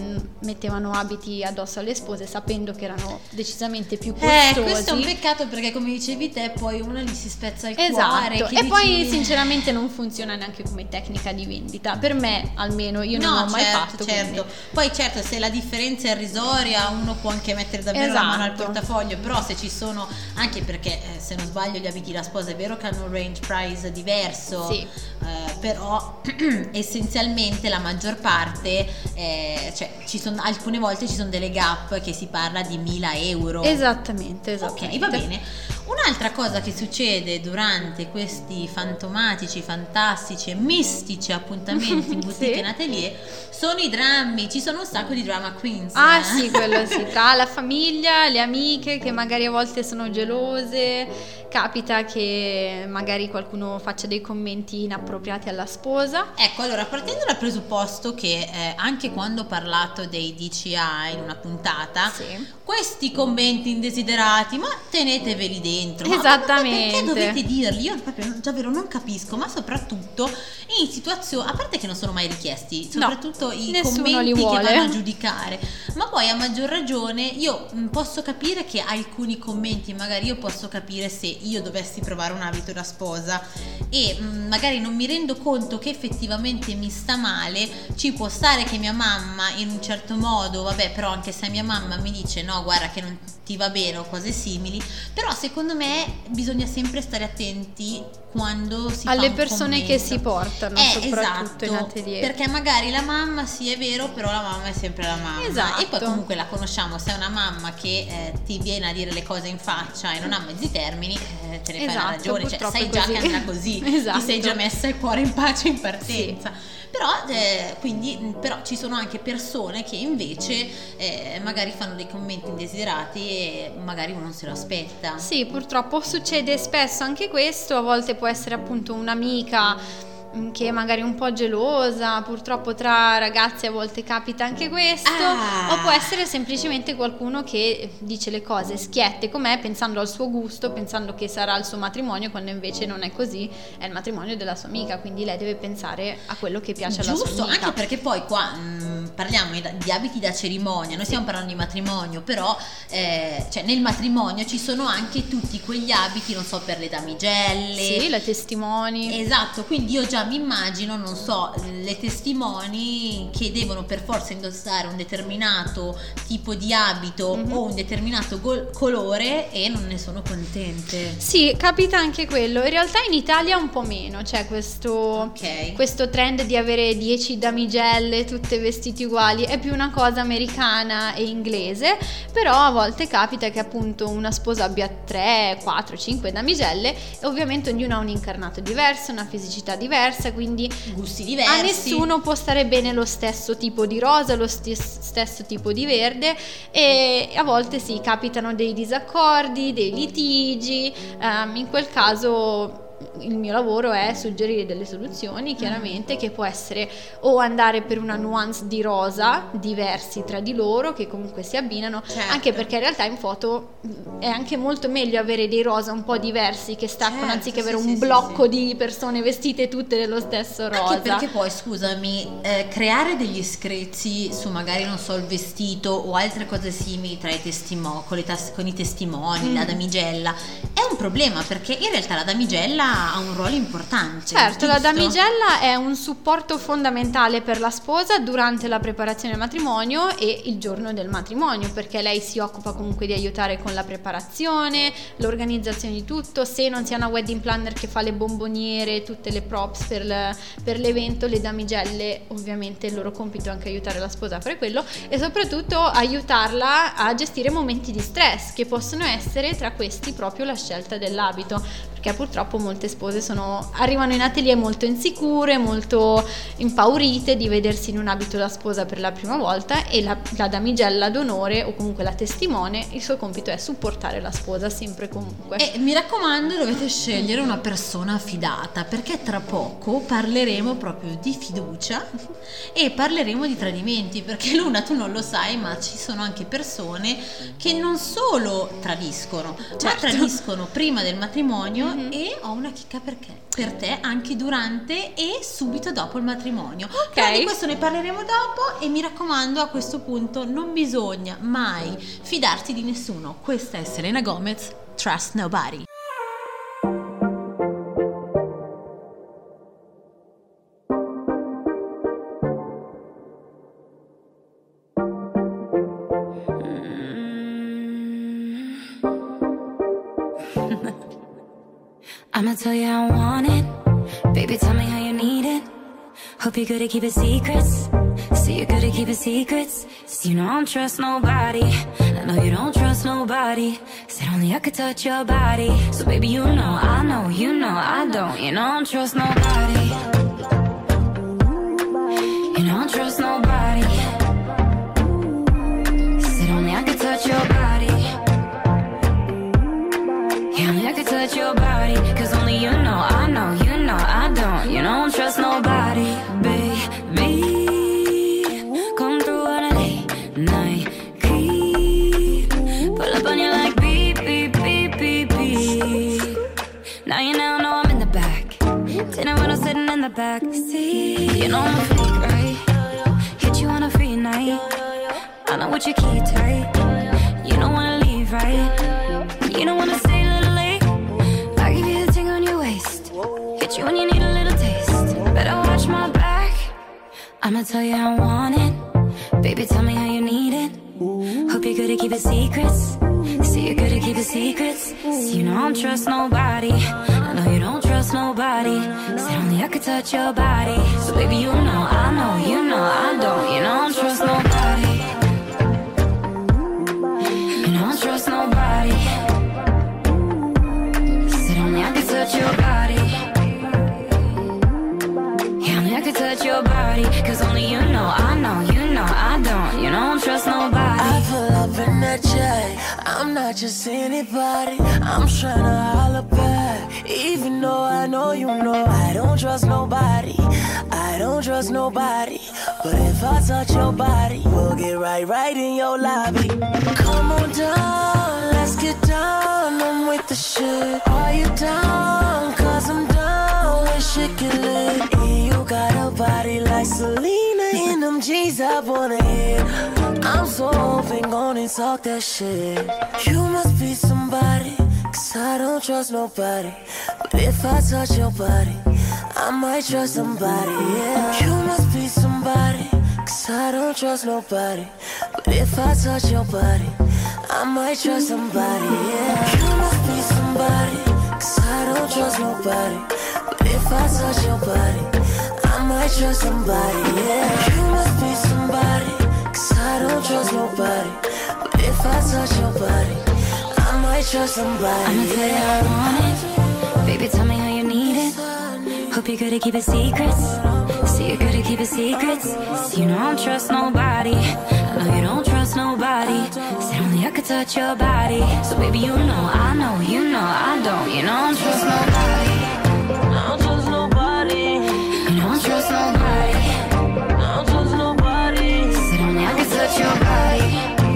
ehm, mettevano abiti addosso alle spose sapendo che erano decisamente più Eh, costosi. questo è un peccato, perché come dicevi te poi una gli si spezza il Esatto, cuore, che e dici- poi sinceramente non funziona neanche come tecnica di vendita, per me almeno, io non No, l'ho mai certo, fatto. certo. quindi- Poi certo, se la differenza è irrisoria uno può anche mettere davvero la mano al Esatto. portafoglio, però se ci sono, anche perché eh, se non sbaglio gli abiti da sposa è vero che hanno un range price diverso, Sì. eh, però essenzialmente la maggior parte, eh, cioè ci sono alcune volte ci sono delle gap che si parla di mila euro. Esattamente, Ok, esattamente. va bene. Un'altra cosa che succede durante questi fantomatici, fantastici e mistici appuntamenti in boutique Sì. e in atelier sono i drammi. Ci sono un sacco di drama queens. Ah eh. sì, quello sì, tra la famiglia, le amiche che magari a volte sono gelose, capita che magari qualcuno faccia dei commenti inappropriati alla sposa. Ecco, allora, partendo dal presupposto che eh, anche quando ho parlato dei D C A in una puntata, Sì. questi commenti indesiderati, ma teneteveli dentro. Ma- Esattamente. Ma perché dovete dirli? Io proprio davvero non capisco, ma soprattutto in situazioni, a parte che non sono mai richiesti, soprattutto i nessuno commenti li che vuole. vanno a giudicare, ma poi a maggior ragione io mh, posso capire che alcuni commenti, magari io posso capire se io dovessi provare un abito da sposa e mh, magari non mi rendo conto che effettivamente mi sta male, ci può stare che mia mamma in un certo modo, vabbè, però anche se mia mamma mi dice no, guarda che non ti va bene o cose simili, però secondo me bisogna sempre stare attenti quando si fa Alle un persone commento. che si portano, Eh, soprattutto in esatto, atelier. perché magari la mamma sì è vero, però la mamma è sempre la mamma. Esatto. E poi comunque la conosciamo, se è una mamma che eh, ti viene a dire le cose in faccia e non ha mezzi termini, eh, te ne fai una Esatto, ragione, cioè purtroppo sai è già così. che andrà così, Esatto. ti sei già messa il cuore in pace in partenza. Però, eh, quindi, però ci sono anche persone che invece eh, magari fanno dei commenti indesiderati e magari uno non se lo aspetta. Sì, purtroppo succede spesso anche questo, a volte può essere appunto un'amica mh, che è magari un po' gelosa, purtroppo tra ragazzi a volte capita anche questo, Ah. o può essere semplicemente qualcuno che dice le cose schiette com'è, pensando al suo gusto, pensando che sarà il suo matrimonio, quando invece non è così, è il matrimonio della sua amica, quindi lei deve pensare a quello che piace alla sua Giusto, amica. anche perché poi qua mh, parliamo di, di abiti da cerimonia, noi stiamo parlando di matrimonio, però eh, cioè nel matrimonio ci sono anche tutti quegli abiti, non so, per le damigelle. Sì, le testimoni. Esatto, quindi io già mi immagino, non so, le testimoni che devono per forza indossare un determinato tipo di abito Mhm. o un determinato gol- colore e non ne sono contente. Sì, capita anche quello. In realtà in Italia un po' meno, c'è questo, Ok. questo trend di avere dieci damigelle tutte vestiti uguali, è più una cosa americana e inglese, però a volte capita che appunto una sposa abbia tre, quattro, cinque damigelle e ovviamente ognuno ha un incarnato diverso, una fisicità diversa, quindi Gusti diversi. a nessuno può stare bene lo stesso tipo di rosa, lo stes- stesso tipo di verde, e a volte sì, capitano dei disaccordi, dei litigi. Ehm, in quel caso il mio lavoro è suggerire delle soluzioni, chiaramente, che può essere o andare per una nuance di rosa diversi tra di loro che comunque si abbinano, Certo. anche perché in realtà in foto mh, è anche molto meglio avere dei rosa un po' diversi che staccano, Certo, anziché sì, avere sì, un sì, blocco sì. di persone vestite tutte dello stesso rosa. Anche perché poi, scusami, eh, creare degli screzi su magari, non so, il vestito o altre cose simili tra i testimoni, con, le tas- con i testimoni, Mm. la damigella, è un problema, perché in realtà la damigella ha un ruolo importante. Certo, la giusto? damigella è un supporto fondamentale per la sposa durante la preparazione del matrimonio e il giorno del matrimonio, perché lei si occupa comunque di aiutare con la preparazione, l'organizzazione di tutto. Se non si ha una wedding planner che fa le bomboniere, tutte le props per, le- per l'evento, le damigelle ovviamente il loro compito è anche aiutare la sposa a fare quello, e soprattutto aiutarla a gestire momenti di stress, che possono essere tra questi proprio la scelta dell'abito, perché purtroppo molte spose sono, arrivano in atelier molto insicure, molto impaurite di vedersi in un abito da sposa per la prima volta, e la, la damigella d'onore o comunque la testimone, il suo compito è supportare la sposa sempre e comunque. E mi raccomando, dovete scegliere una persona affidata, perché tra poco parleremo proprio di fiducia e parleremo di tradimenti, perché Luna, tu non lo sai, ma ci sono anche persone che non solo tradiscono, ma Certo. tradiscono prima del matrimonio Mhm. e ho una chicca perché, per te anche durante e subito dopo il matrimonio. Ok. Però di questo ne parleremo dopo e mi raccomando, a questo punto non bisogna mai fidarsi di nessuno. Questa è Selena Gomez, Trust Nobody. I'ma tell you how I want it. Baby, tell me how you need it. Hope you're good at keeping secrets. So you're good at keeping secrets. So you know I don't trust nobody. I know you don't trust nobody. Said only I could touch your body. So baby, you know, I know, you know, I don't. You know I don't trust nobody. You know I don't trust nobody. Said only I could touch your body. Yeah, only I could touch your body. Cause only you know, I know, you know, I don't. You know I don't trust nobody, baby. Come through on a late night creep. Pull up on you like beep, beep, beep, beep, beep. Now you now know I'm in the back. Dinner when I'm sitting in the back seat. You know I'm a freak, right? Hit you on a free night. I know what you keep tight. You don't wanna leave, right? You don't wanna stay a little late. I'll give you the thing on your waist. Hit you when you need a little taste. Better watch my back. I'ma tell you how I want it. Baby, tell me how you need it. Hope you're good at keeping secrets. So you're good at keeping secrets. So you know I don't trust nobody. I know you don't trust nobody. Said only I could touch your body. So baby, you know, I know, you know, I don't. You know I don't trust nobody. You know I don't trust nobody. Said only I could touch your body. Yeah, only I could touch your body. Cause only you know, I know, you know, I don't. You know I don't trust nobody. I pull up in that jet. I'm not just anybody. I'm tryna holler back. Even though I know you know I don't trust nobody. I don't trust nobody. But if I touch your body, we'll get right, right in your lobby. Come on down, let's get down. I'm with the shit. Are you down? Cause I'm down when shit get lit. And you got a body like Selena in them jeans up on the head. I'm so open, gonna talk that shit. You must be somebody, cause I don't trust nobody. But if I touch your body, I might trust somebody, yeah. You must be somebody, cause I don't trust nobody. But if I touch your body, I might trust somebody, yeah. You must be somebody, cause I don't trust nobody. But if I touch your body, I might trust somebody, yeah. You must be somebody, cause I don't trust nobody. But if I touch your body, I might trust somebody. I'ma tell you how I want it. Baby, tell me how you need it. Hope you're good at keeping secrets. So you're good at keeping secrets. So you know I don't trust nobody. I know you don't trust nobody. Said only I could touch your body. So baby, you know, I know, you know, I don't. You know I don't trust nobody. I don't trust nobody. You know I don't trust nobody. I don't trust nobody. Said only I could touch your body.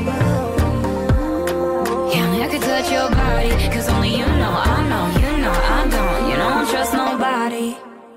Yeah, only I could touch your body. Cause only you know, I know, you know, I don't. You know I don't trust nobody.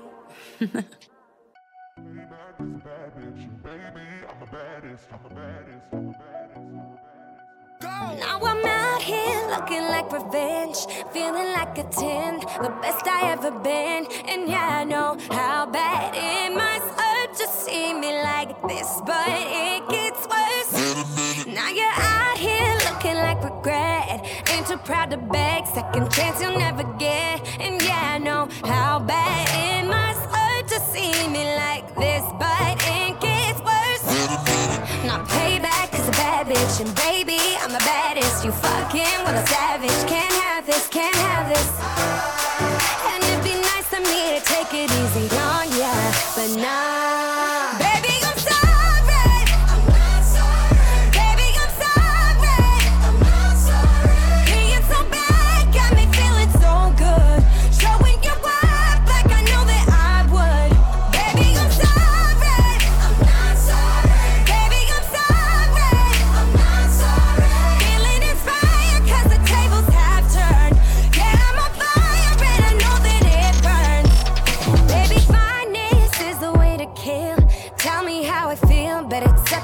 Now I'm out here looking like revenge, feeling like a ten, the best I ever been. And yeah, I know how bad it must hurt to see me like this, but it gets worse. Now you're out here looking like regret, ain't too proud to beg, second chance you'll never get. And yeah, I know how bad it must hurt to see me like this, but it gets worse. Now payback is a bad bitch, and baby, I'm the baddest. You fucking with a savage, can't have this, can't have this. And it'd be nice of me to take it easy on ya, but nah. Baby, I'm sorry, I'm not sorry. Baby, I'm sorry, I'm not sorry. Being so bad got me feeling so good, showing you up like I know that I would. Baby, I'm sorry, I'm not sorry. Baby, I'm sorry, I'm not sorry. Feeling inspired 'cause the tables have turned. Yeah, I'm on fire and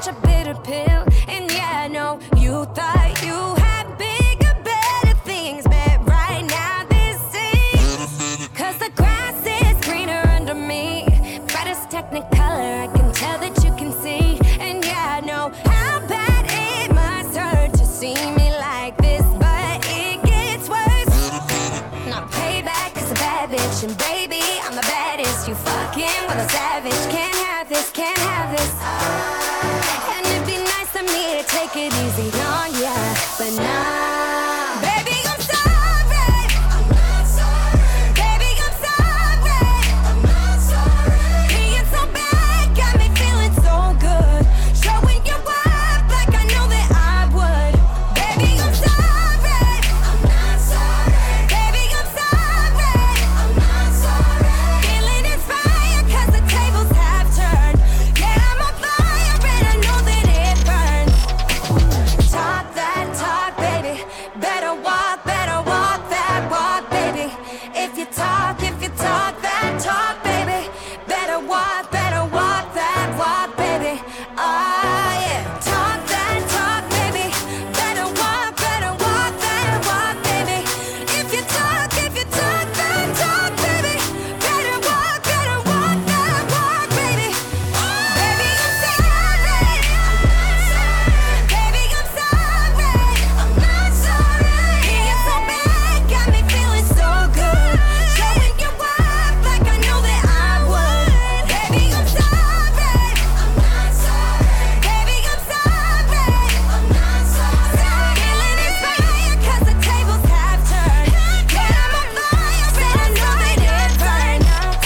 such a bitter pill. And yeah, I know you thought you had bigger, better things, but right now this is, cause the grass is greener under me. Brightest technicolor, I can tell that you can see. And yeah, I know how bad it must hurt to see me like this, but it gets worse. Not payback, cause a bad bitch, and baby, I'm the baddest. You fucking with a savage. Can't have this, can't have this. And it'd be nice of me to take it easy on ya, but nah. Baby, I'm sorry. I'm not sorry. Baby, I'm sorry. I'm not sorry. Being so bad got me feeling so good. Showing you up like I know that I would. Baby, I'm sorry. I'm not sorry. Baby, I'm sorry. I'm not sorry. Feeling inspired cause the tables have turned. Yeah, I'm on fire and I know that it burns. Talk that talk, baby. Better walk, better walk that walk, baby. If you talk, if you talk that talk, baby. Better walk, better walk that walk, baby. Oh yeah. Talk that talk, baby. Better walk, better walk that walk, baby. If you talk, if you talk that talk, baby. Better walk, better walk that walk, baby. Baby, I'm sorry. Baby, I'm sorry. I'm not sorry. Being so bad got me feeling so good. Showing you up like I know that I would. Baby, I'm sorry. I'm not sorry. Baby, I'm sorry. I'm not sorry. Feeling inspired cause the tables have turned. Yeah, I'm on fire, but I know that it burns.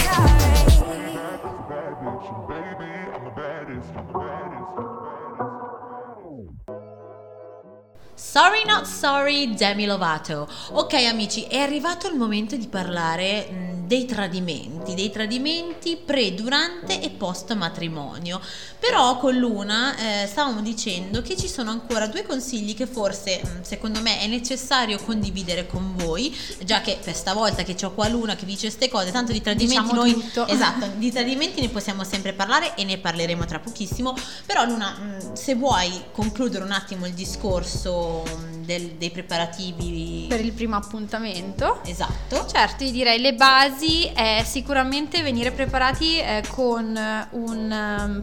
Sorry Not Sorry, Demi Lovato. Ok amici, è arrivato il momento di parlare mh, dei tradimenti, dei tradimenti pre, durante e post matrimonio. Però con Luna eh, stavamo dicendo che ci sono ancora due consigli che forse mh, secondo me è necessario condividere con voi, già che per stavolta che c'ho qua Luna che dice ste cose, tanto di tradimenti Diciamo noi tutto. esatto, di tradimenti ne possiamo sempre parlare e ne parleremo tra pochissimo. Però Luna, mh, se vuoi concludere un attimo il discorso mh, del- dei preparativi Per il primo appuntamento. esatto. Certo, io direi le basi è sicuramente venire preparati eh, con eh, un ehm,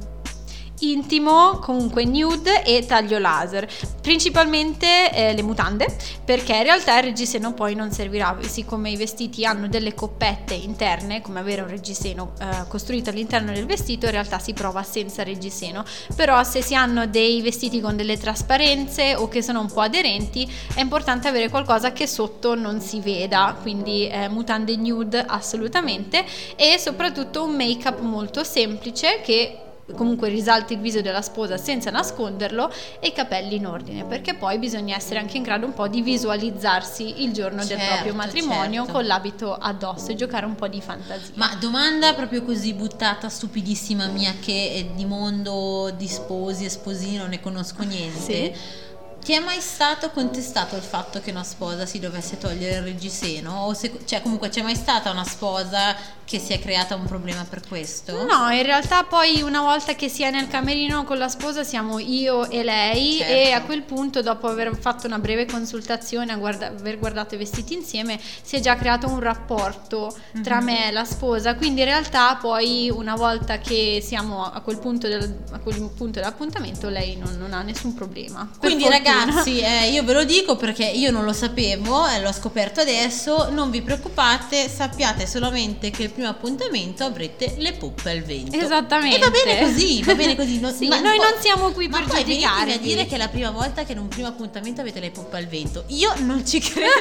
intimo, comunque nude e taglio laser, principalmente eh, le mutande, perché in realtà il reggiseno poi non servirà, siccome i vestiti hanno delle coppette interne, come avere un reggiseno eh, costruito all'interno del vestito, in realtà si prova senza reggiseno. Però se si hanno dei vestiti con delle trasparenze o che sono un po' aderenti, è importante avere qualcosa che sotto non si veda, quindi eh, mutande nude assolutamente, e soprattutto un make up molto semplice che comunque risalti il viso della sposa senza nasconderlo, e i capelli in ordine, perché poi bisogna essere anche in grado un po' di visualizzarsi il giorno del Certo, proprio matrimonio, certo. con l'abito addosso, e giocare un po' di fantasia. Ma domanda proprio così buttata, stupidissima mia, che eh, di mondo di sposi e sposini non ne conosco niente. Sì. Ti è mai stato contestato il fatto che una sposa si dovesse togliere il reggiseno? O se, cioè comunque c'è mai stata una sposa che si è creata un problema per questo? No, in realtà poi una volta che si è nel camerino con la sposa siamo io e lei, Certo. e a quel punto, dopo aver fatto una breve consultazione, a guarda- aver guardato i vestiti insieme, si è già creato un rapporto tra Mhm. me e la sposa. Quindi in realtà poi una volta che siamo a quel punto, del, a quel punto dell'appuntamento, lei non, non ha nessun problema. Per Quindi fortuna. ragazzi, eh, io ve lo dico perché io non lo sapevo, eh, l'ho scoperto adesso, non vi preoccupate, sappiate solamente che il primo appuntamento avrete le poppe al vento. Esattamente. E va bene così, va bene così. Non- Sì, ma noi poi- non siamo qui ma per poi venitemi giudicarvi. a dire che è la prima volta che in un primo appuntamento avete le poppe al vento. Io non ci credo.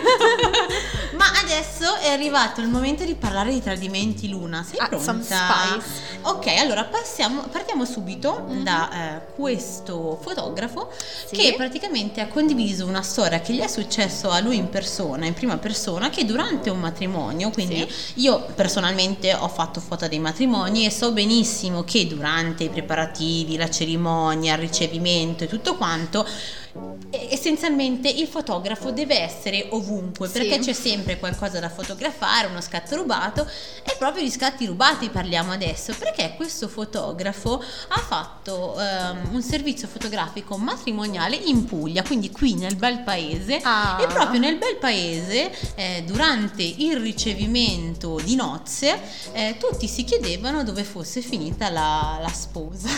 Ma adesso è arrivato il momento di parlare di tradimenti, Luna. Sei Ah, pronta? some spice. Ok, allora passiamo, partiamo subito da eh, questo fotografo Sì. che praticamente ha condiviso una storia che gli è successo a lui in persona, in prima persona, che durante un matrimonio, quindi io personalmente ho fatto foto dei matrimoni e so benissimo che durante i preparativi, la cerimonia, il ricevimento e tutto quanto, E- essenzialmente il fotografo deve essere ovunque, Sì. perché c'è sempre qualcosa da fotografare, uno scatto rubato, e proprio di scatti rubati parliamo adesso, perché questo fotografo ha fatto ehm, un servizio fotografico matrimoniale in Puglia, quindi qui nel bel paese. Ah. E proprio nel bel paese, eh, durante il ricevimento di nozze, eh, tutti si chiedevano dove fosse finita la, la sposa.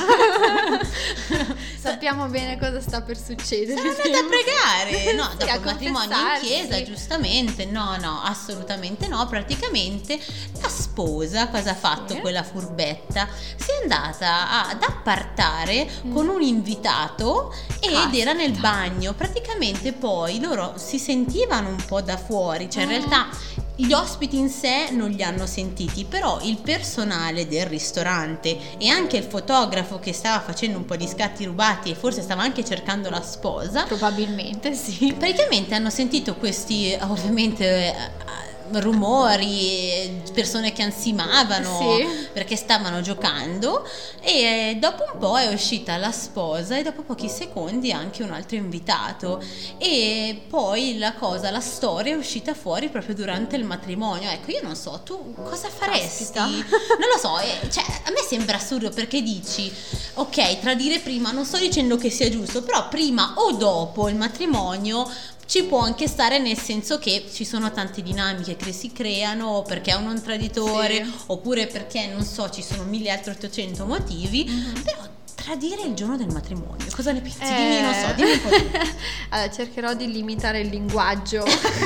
Sappiamo bene cosa sta per succedere. Sono andata a pregare, no, Sì, dopo a il matrimonio in confessarsi. chiesa, giustamente, no, no, assolutamente no, praticamente la sposa cosa ha fatto, Sì. quella furbetta? Si è andata ad appartare Mm. con un invitato ed Caspita. era nel bagno, praticamente poi loro si sentivano un po' da fuori, cioè in Mm. realtà gli ospiti in sé non li hanno sentiti, però il personale del ristorante e anche il fotografo che stava facendo un po' di scatti rubati e forse stava anche cercando la sposa, Probabilmente sì. praticamente hanno sentito questi ovviamente eh, rumori, persone che ansimavano Sì. perché stavano giocando, e dopo un po' è uscita la sposa e dopo pochi secondi anche un altro invitato, e poi la cosa, la storia è uscita fuori proprio durante il matrimonio. Ecco, io non so, tu cosa faresti? Caspita. Non lo so, eh, cioè a me sembra assurdo, perché dici ok, tradire prima, non sto dicendo che sia giusto, però prima o dopo il matrimonio ci può anche stare, nel senso che ci sono tante dinamiche che si creano perché è un non traditore, Sì. oppure perché non so, ci sono mille altri ottocento motivi, Mhm. però tradire il giorno del matrimonio, cosa ne pensi? Eh. Dimmi, non so, dimmi un po' tu. Allora, cercherò di limitare il linguaggio.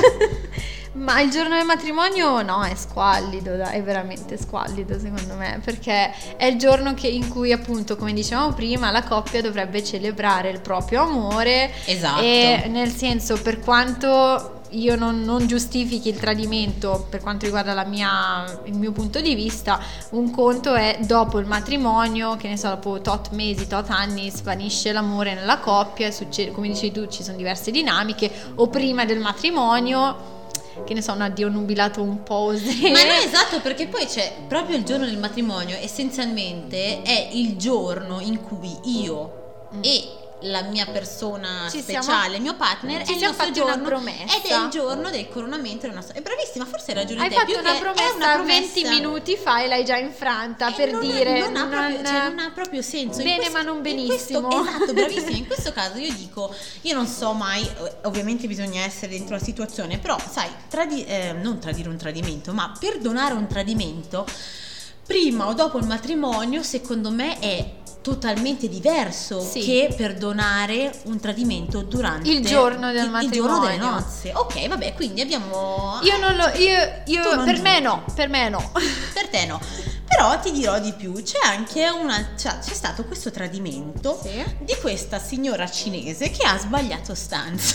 Ma il giorno del matrimonio no, è squallido, dai, è veramente squallido secondo me, perché è il giorno che, in cui appunto, come dicevamo prima, la coppia dovrebbe celebrare il proprio amore. Esatto. E nel senso, per quanto io non, non giustifichi il tradimento per quanto riguarda la mia, il mio punto di vista, un conto è dopo il matrimonio, che ne so, dopo tot mesi, tot anni svanisce l'amore nella coppia, succede, come dici tu, ci sono diverse dinamiche, o prima del matrimonio, che ne so, un addio nubilato un po' osè. Ma no, esatto, perché poi c'è proprio il giorno del matrimonio, essenzialmente è il giorno in cui io Mm. e la mia persona Ci speciale, siamo- il mio partner, ci è il siamo nostro fatti una giorno, promessa. ed è il giorno del coronamento della nostra. È bravissima, forse hai ragione Hai te, fatto più una che è promessa, una promessa venti minuti fa e l'hai già infranta, Eh, per non, dire non, ha proprio, cioè, non ha proprio senso. In Bene, questo- ma non in benissimo. questo- esatto, bravissima. In questo caso io dico, io non so mai, eh, ovviamente bisogna essere dentro la situazione, però sai, tradi- eh, non tradire un tradimento, ma perdonare un tradimento prima o dopo il matrimonio, secondo me è totalmente diverso Sì. che perdonare un tradimento durante Il giorno del il- il giorno delle matrimonio. nozze. Ok, vabbè, quindi abbiamo Io non lo io, io Tu non per me giudichi. no, per me no. per te no. Però ti dirò di più, c'è anche una, cioè, c'è stato questo tradimento Sì. di questa signora cinese che ha sbagliato stanza.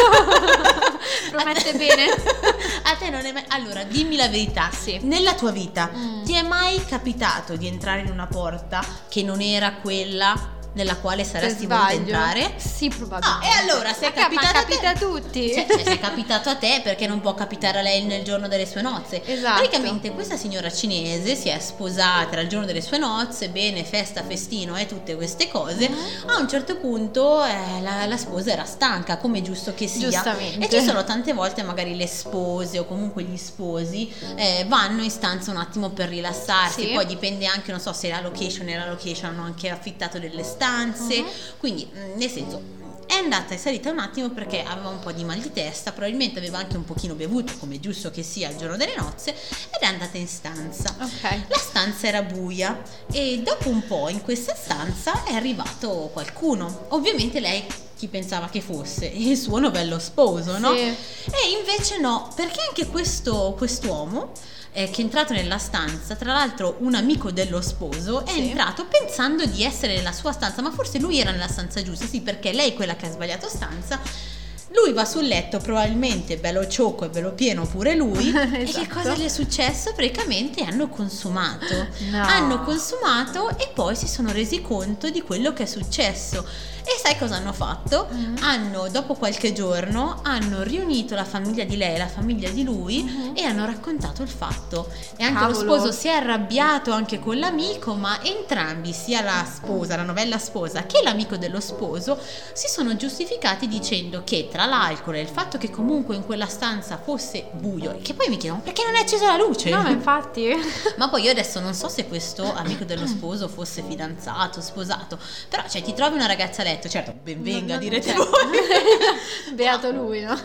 Promette bene? A te non è mai... Allora, dimmi la verità. Sì. Nella tua vita Mm. ti è mai capitato di entrare in una porta che non era quella nella quale saresti Per voluta sbaglio? entrare? Sì, Ah, probabilmente. e allora se è Ma capitato a capita te, a tutti. Cioè, cioè, se è capitato a te, perché non può capitare a lei nel giorno delle sue nozze? Esatto. Praticamente questa signora cinese si è sposata, era il giorno delle sue nozze, bene, festa, festino e tutte queste cose. A un certo punto eh, la, la sposa era stanca, come è giusto che sia. Giustamente. E ci sono tante volte magari le spose o comunque gli sposi eh, vanno in stanza un attimo per rilassarsi. Sì. Poi dipende anche, non so se la location e la location hanno anche affittato delle stanze. Mhm. Quindi, mh, nel senso, è andata e salita un attimo perché aveva un po' di mal di testa, probabilmente aveva anche un pochino bevuto, come è giusto che sia il giorno delle nozze, ed è andata in stanza. Ok. La stanza era buia e dopo un po' in questa stanza è arrivato qualcuno. Ovviamente lei chi pensava che fosse? Il suo novello sposo, no? Sì. E invece no, perché anche questo quest'uomo eh, che è entrato nella stanza, tra l'altro un amico dello sposo, è Sì. entrato pensando di essere nella sua stanza, ma forse lui era nella stanza giusta, sì, perché lei è quella che ha sbagliato stanza. Lui va sul letto probabilmente bello ciocco e bello pieno pure lui. Esatto. E che cosa gli è successo? Praticamente hanno consumato. No. Hanno consumato e poi si sono resi conto di quello che è successo. E sai cosa hanno fatto? Mm. Hanno, dopo qualche giorno, hanno riunito la famiglia di lei e la famiglia di lui Mm-hmm. e hanno raccontato il fatto. E anche Cavolo. lo sposo si è arrabbiato anche con l'amico, ma entrambi, sia la sposa, la novella sposa, che l'amico dello sposo, si sono giustificati dicendo che tra l'alcol e il fatto che comunque in quella stanza fosse buio, e che poi mi chiedono perché non è accesa la luce? No, ma infatti. Ma poi io adesso non so se questo amico dello sposo fosse fidanzato, sposato, però cioè ti trovi una ragazza a letto, certo, ben venga, Non- direte certo. voi. Beato lui, no?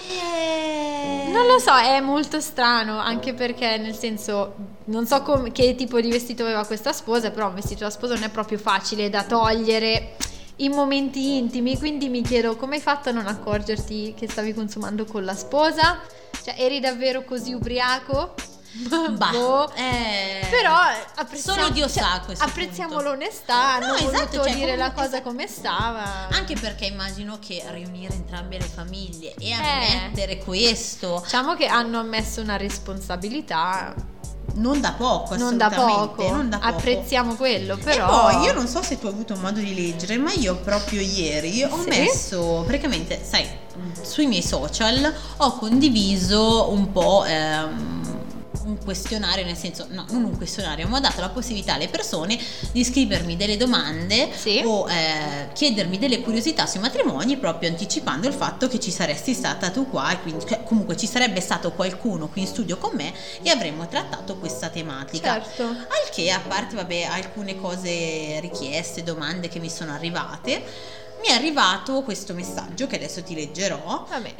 Eh... Non lo so, è molto strano, anche perché nel senso non so com- che tipo di vestito aveva questa sposa, però un vestito da sposa non è proprio facile da togliere in momenti intimi, quindi mi chiedo come hai fatto a non accorgerti che stavi consumando con la sposa? Cioè, eri davvero così ubriaco? Bah, Boh. eh, Però apprezziamo, solo Dio cioè, sa a questo apprezziamo punto. l'onestà, No, hanno esatto, voluto cioè, dire la comunque- cosa come stava. Anche perché immagino che riunire entrambe le famiglie e Eh. ammettere questo Diciamo che hanno ammesso una responsabilità non da poco, non da assolutamente, poco. non da poco. Apprezziamo quello, però. E poi io non so se tu hai avuto modo di leggere, ma io proprio ieri ho Sì? messo praticamente, sai, sui miei social ho condiviso un po' ehm, un questionario, nel senso, no, non un questionario, ma ho dato la possibilità alle persone di scrivermi delle domande Sì. o eh, chiedermi delle curiosità sui matrimoni, proprio anticipando il fatto che ci saresti stata tu qua e quindi cioè, comunque ci sarebbe stato qualcuno qui in studio con me e avremmo trattato questa tematica. Certo. Al che, a parte vabbè alcune cose richieste, domande che mi sono arrivate, mi è arrivato questo messaggio che adesso ti leggerò. Vabbè.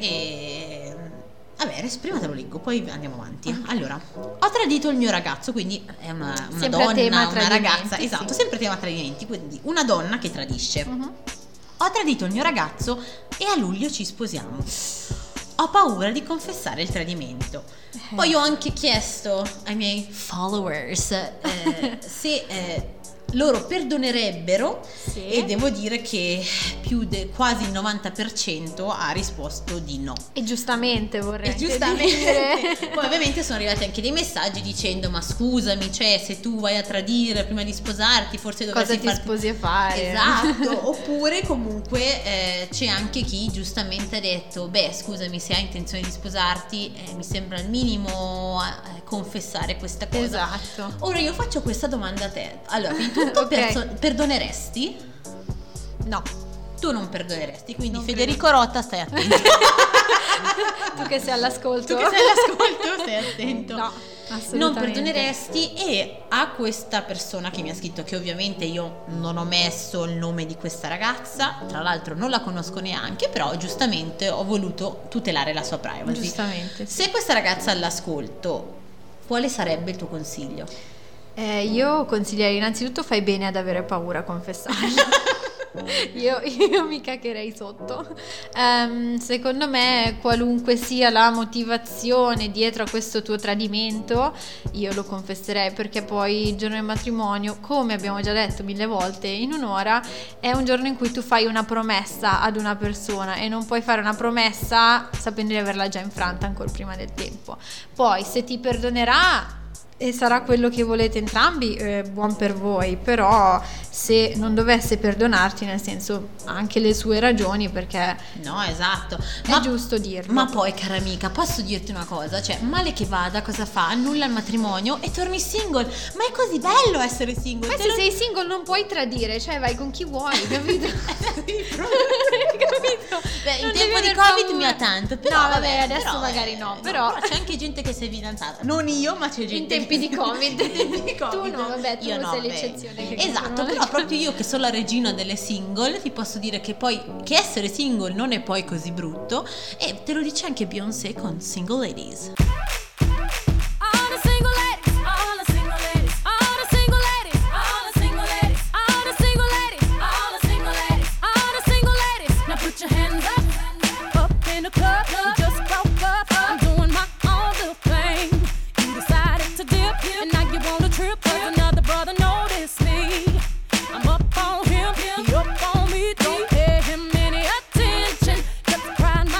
E vabbè, prima te lo leggo, poi andiamo avanti. Allora, ho tradito il mio ragazzo, quindi è una, una Sempre a donna, tema una tradimenti, ragazza, sì. esatto, sempre tema tradimenti, quindi una donna che tradisce. Mhm. Ho tradito il mio ragazzo e a luglio ci sposiamo. Ho paura di confessare il tradimento. Eh. Poi ho anche chiesto ai miei followers eh, se eh, loro perdonerebbero Sì. e devo dire che più de, quasi il novanta per cento ha risposto di no. E giustamente vorrei E anche giustamente dire. poi ovviamente sono arrivati anche dei messaggi dicendo ma scusami, cioè se tu vai a tradire prima di sposarti forse dovresti Cosa ti farti- sposi a fare? Esatto. Oppure comunque eh, c'è anche chi giustamente ha detto beh scusami, se hai intenzione di sposarti eh, mi sembra il minimo eh, confessare questa cosa. Esatto. Ora io faccio questa domanda a te. Allora, prima di tutto Ok. perso- perdoneresti? No. Tu non perdoneresti, quindi Non Federico Rotta stai attento. Tu che sei all'ascolto. Tu che sei all'ascolto stai attento. No, Non assolutamente. perdoneresti. E a questa persona che mi ha scritto, che ovviamente io non ho messo il nome di questa ragazza, tra l'altro non la conosco neanche, però giustamente ho voluto tutelare la sua privacy. Giustamente. sì. Se questa ragazza è all'ascolto, quale sarebbe il tuo consiglio? Eh, io consiglierei innanzitutto fai bene ad avere paura a confessarlo. Io, io mi caccherei sotto. Ehm, secondo me, qualunque sia la motivazione dietro a questo tuo tradimento, io lo confesserei, perché poi il giorno del matrimonio, come abbiamo già detto mille volte in un'ora, è un giorno in cui tu fai una promessa ad una persona e non puoi fare una promessa sapendo di averla già infranta ancora prima del tempo. Poi se ti perdonerà e sarà quello che volete entrambi, eh, buon per voi, però se non dovesse perdonarti, nel senso, ha anche le sue ragioni, perché No, esatto. è giusto dirlo. Ma poi, cara amica, posso dirti una cosa? Cioè, male che vada, cosa fa? Annulla il matrimonio e torni single. Ma è così bello essere single. Ma te se lo- sei single non puoi tradire, cioè vai con chi vuoi, capito? Capito? Beh, in Non tempo devi di aver Covid paura. mi ha tanto, però No, vabbè, adesso però, magari eh, no, però- c'è anche gente che si è fidanzata. Non io, ma c'è gente In tempi che- di Covid. In tempi di Tu Covid. no, vabbè, tu Io sei no, vabbè. l'eccezione che Esatto, conferma la però proprio io che sono la regina delle single, ti posso dire che poi che essere single non è poi così brutto, e te lo dice anche Beyoncé con Single Ladies. All the single ladies, all the single ladies, all the single ladies, all the single ladies, all the single ladies, all the single ladies, all the single ladies. Now put your hands up, up in the club. You just broke up. I'm doing my own little thing. You decided to dip, and now you want a trip 'cause another brother noticed me. I'm up on him, he up on me. Don't pay him any attention. Kept crying my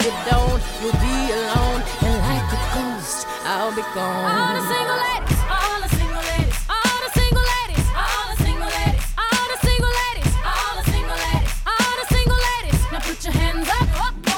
you don't, you'll be alone. And like a ghost, I'll be gone. All the single ladies, all the single ladies, all the single ladies, all the single ladies, all the single ladies, all the single ladies, all the single ladies. Now put your hands up.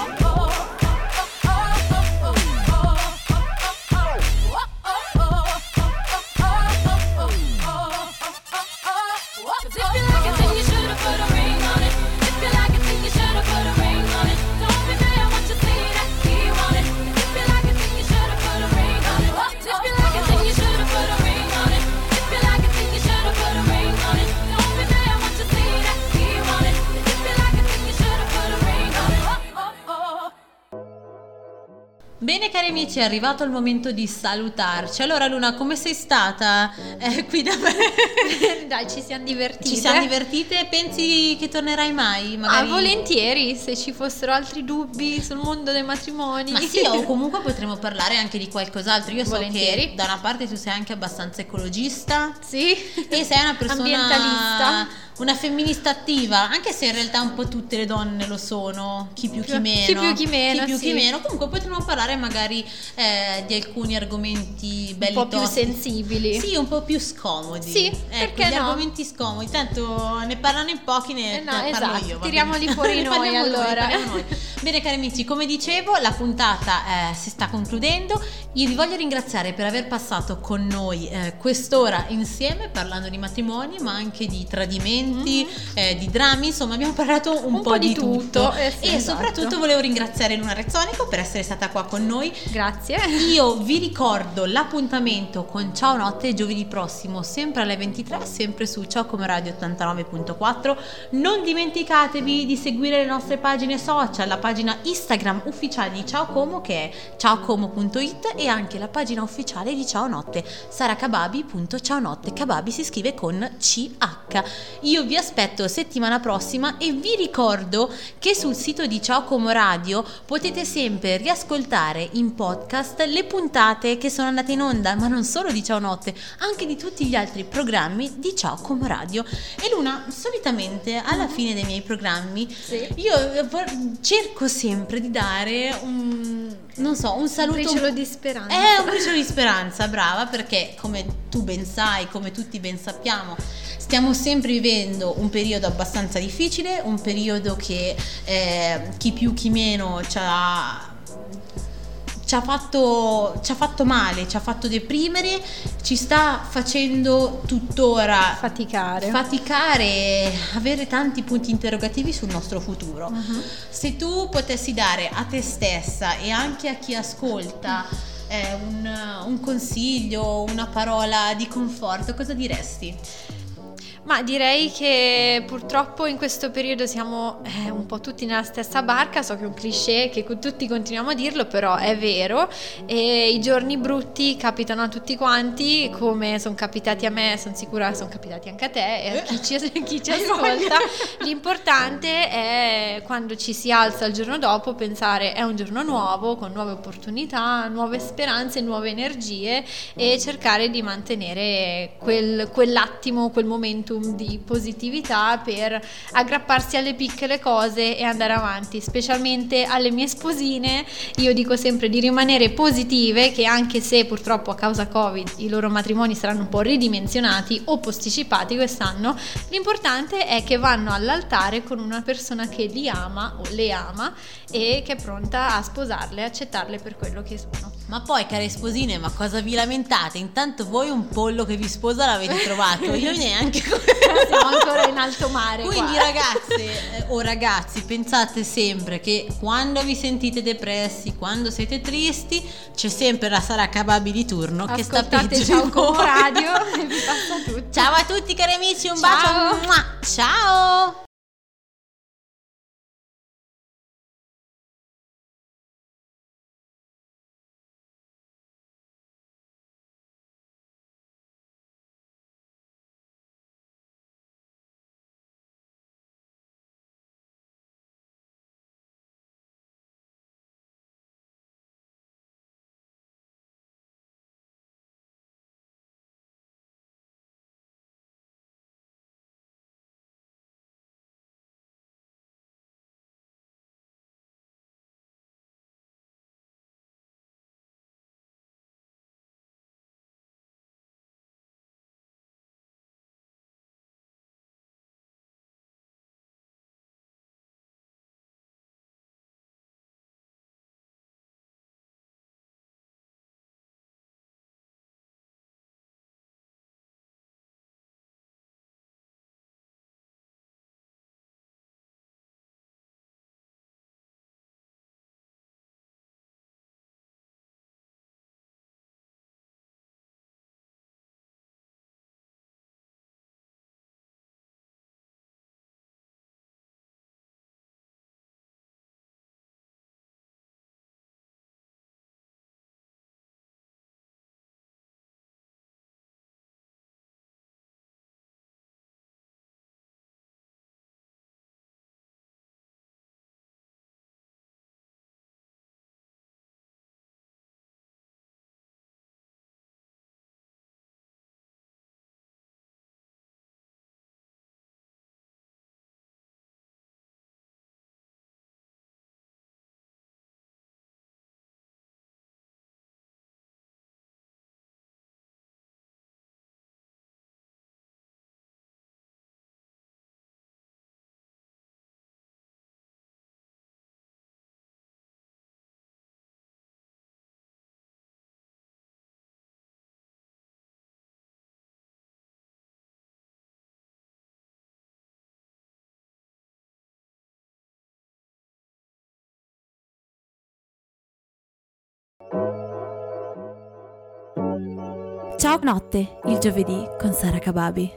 Bene cari amici, è arrivato il momento di salutarci. Allora Luna, come sei stata eh, qui da me? Dai, ci siamo divertite. Ci siamo divertite? Pensi che tornerai mai? Magari... Ah, volentieri, se ci fossero altri dubbi sul mondo dei matrimoni. Ma sì, o comunque potremmo parlare anche di qualcos'altro. Io so Volentieri. che da una parte tu sei anche abbastanza ecologista. Sì. E sei una persona ambientalista. Una femminista attiva, anche se in realtà un po' tutte le donne lo sono, chi più chi meno. Chi più chi meno, chi più sì. chi meno. Comunque potremmo parlare magari eh, di alcuni argomenti belli un po' più tosti. sensibili. Sì, un po' più scomodi. Sì, ecco, perché gli no? argomenti scomodi, tanto ne parlano in pochi, ne Eh no, ne parlo esatto, io. va tiriamoli bene. fuori Ne noi, parliamo allora. ne parliamo noi. Bene cari amici, come dicevo, la puntata eh, si sta concludendo. Io vi voglio ringraziare per aver passato con noi eh, quest'ora insieme parlando di matrimoni, ma anche di tradimenti, mm-hmm. eh, di drammi, insomma abbiamo parlato un, Un po', po' di di tutto, tutto, eh sì, e esatto. soprattutto volevo ringraziare Luna Rezzonico per essere stata qua con noi. Grazie. Io vi ricordo l'appuntamento con Ciao Notte giovedì prossimo, sempre alle ventitré, sempre su Ciao Come Radio ottantanove punto quattro. Non dimenticatevi di seguire le nostre pagine social, la pagina Instagram ufficiale di Ciao Como che è ciaocomo punto it e anche la pagina ufficiale di Ciao Notte, saracababi punto ciaonotte. Cababi si scrive con C H. Io vi aspetto settimana prossima e vi ricordo che sul sito di Ciao Como Radio potete sempre riascoltare in podcast le puntate che sono andate in onda, ma non solo di Ciao Notte, anche di tutti gli altri programmi di Ciao Como Radio. E Luna, solitamente alla fine dei miei programmi Sì. io vor- cerco sempre di dare un, non so, un Un saluto briciolo di speranza. è un briciolo di speranza, brava, perché come tu ben sai, come tutti ben sappiamo, stiamo sempre vivendo un periodo abbastanza difficile, un periodo che eh, chi più chi meno ci ha, ci ha fatto ci ha fatto male, ci ha fatto deprimere, ci sta facendo tuttora Faticare. faticare e avere tanti punti interrogativi sul nostro futuro. Mhm. Se tu potessi dare a te stessa e anche a chi ascolta eh, un, un consiglio, una parola di conforto, cosa diresti? Ma direi che purtroppo in questo periodo siamo eh, un po' tutti nella stessa barca. So che è un cliché, che co- tutti continuiamo a dirlo, però è vero, e i giorni brutti capitano a tutti quanti, come sono capitati a me, sono sicura sono capitati anche a te e a chi ci, chi ci ascolta. L'importante è, quando ci si alza il giorno dopo, pensare è un giorno nuovo, con nuove opportunità, nuove speranze, nuove energie, e cercare di mantenere quel, quell'attimo, quel momentum di positività per aggrapparsi alle piccole cose e andare avanti. Specialmente alle mie sposine io dico sempre di rimanere positive, che anche se purtroppo a causa Covid i loro matrimoni saranno un po' ridimensionati o posticipati quest'anno, l'importante è che vanno all'altare con una persona che li ama o le ama e che è pronta a sposarle, accettarle per quello che sono. Ma poi, care sposine, ma cosa vi lamentate? Intanto voi un pollo che vi sposa l'avete trovato, io neanche. Siamo ancora in alto mare. Quindi qua. ragazze eh, o ragazzi, pensate sempre che quando vi sentite depressi, quando siete tristi, c'è sempre la Sara Cababi di turno che sta Ascoltate peggio Ciao di Como voi. Radio e vi passa tutto. Ciao a tutti cari amici, un Ciao. bacio. Mua. Ciao. Ciao notte, il giovedì con Sara Kababi.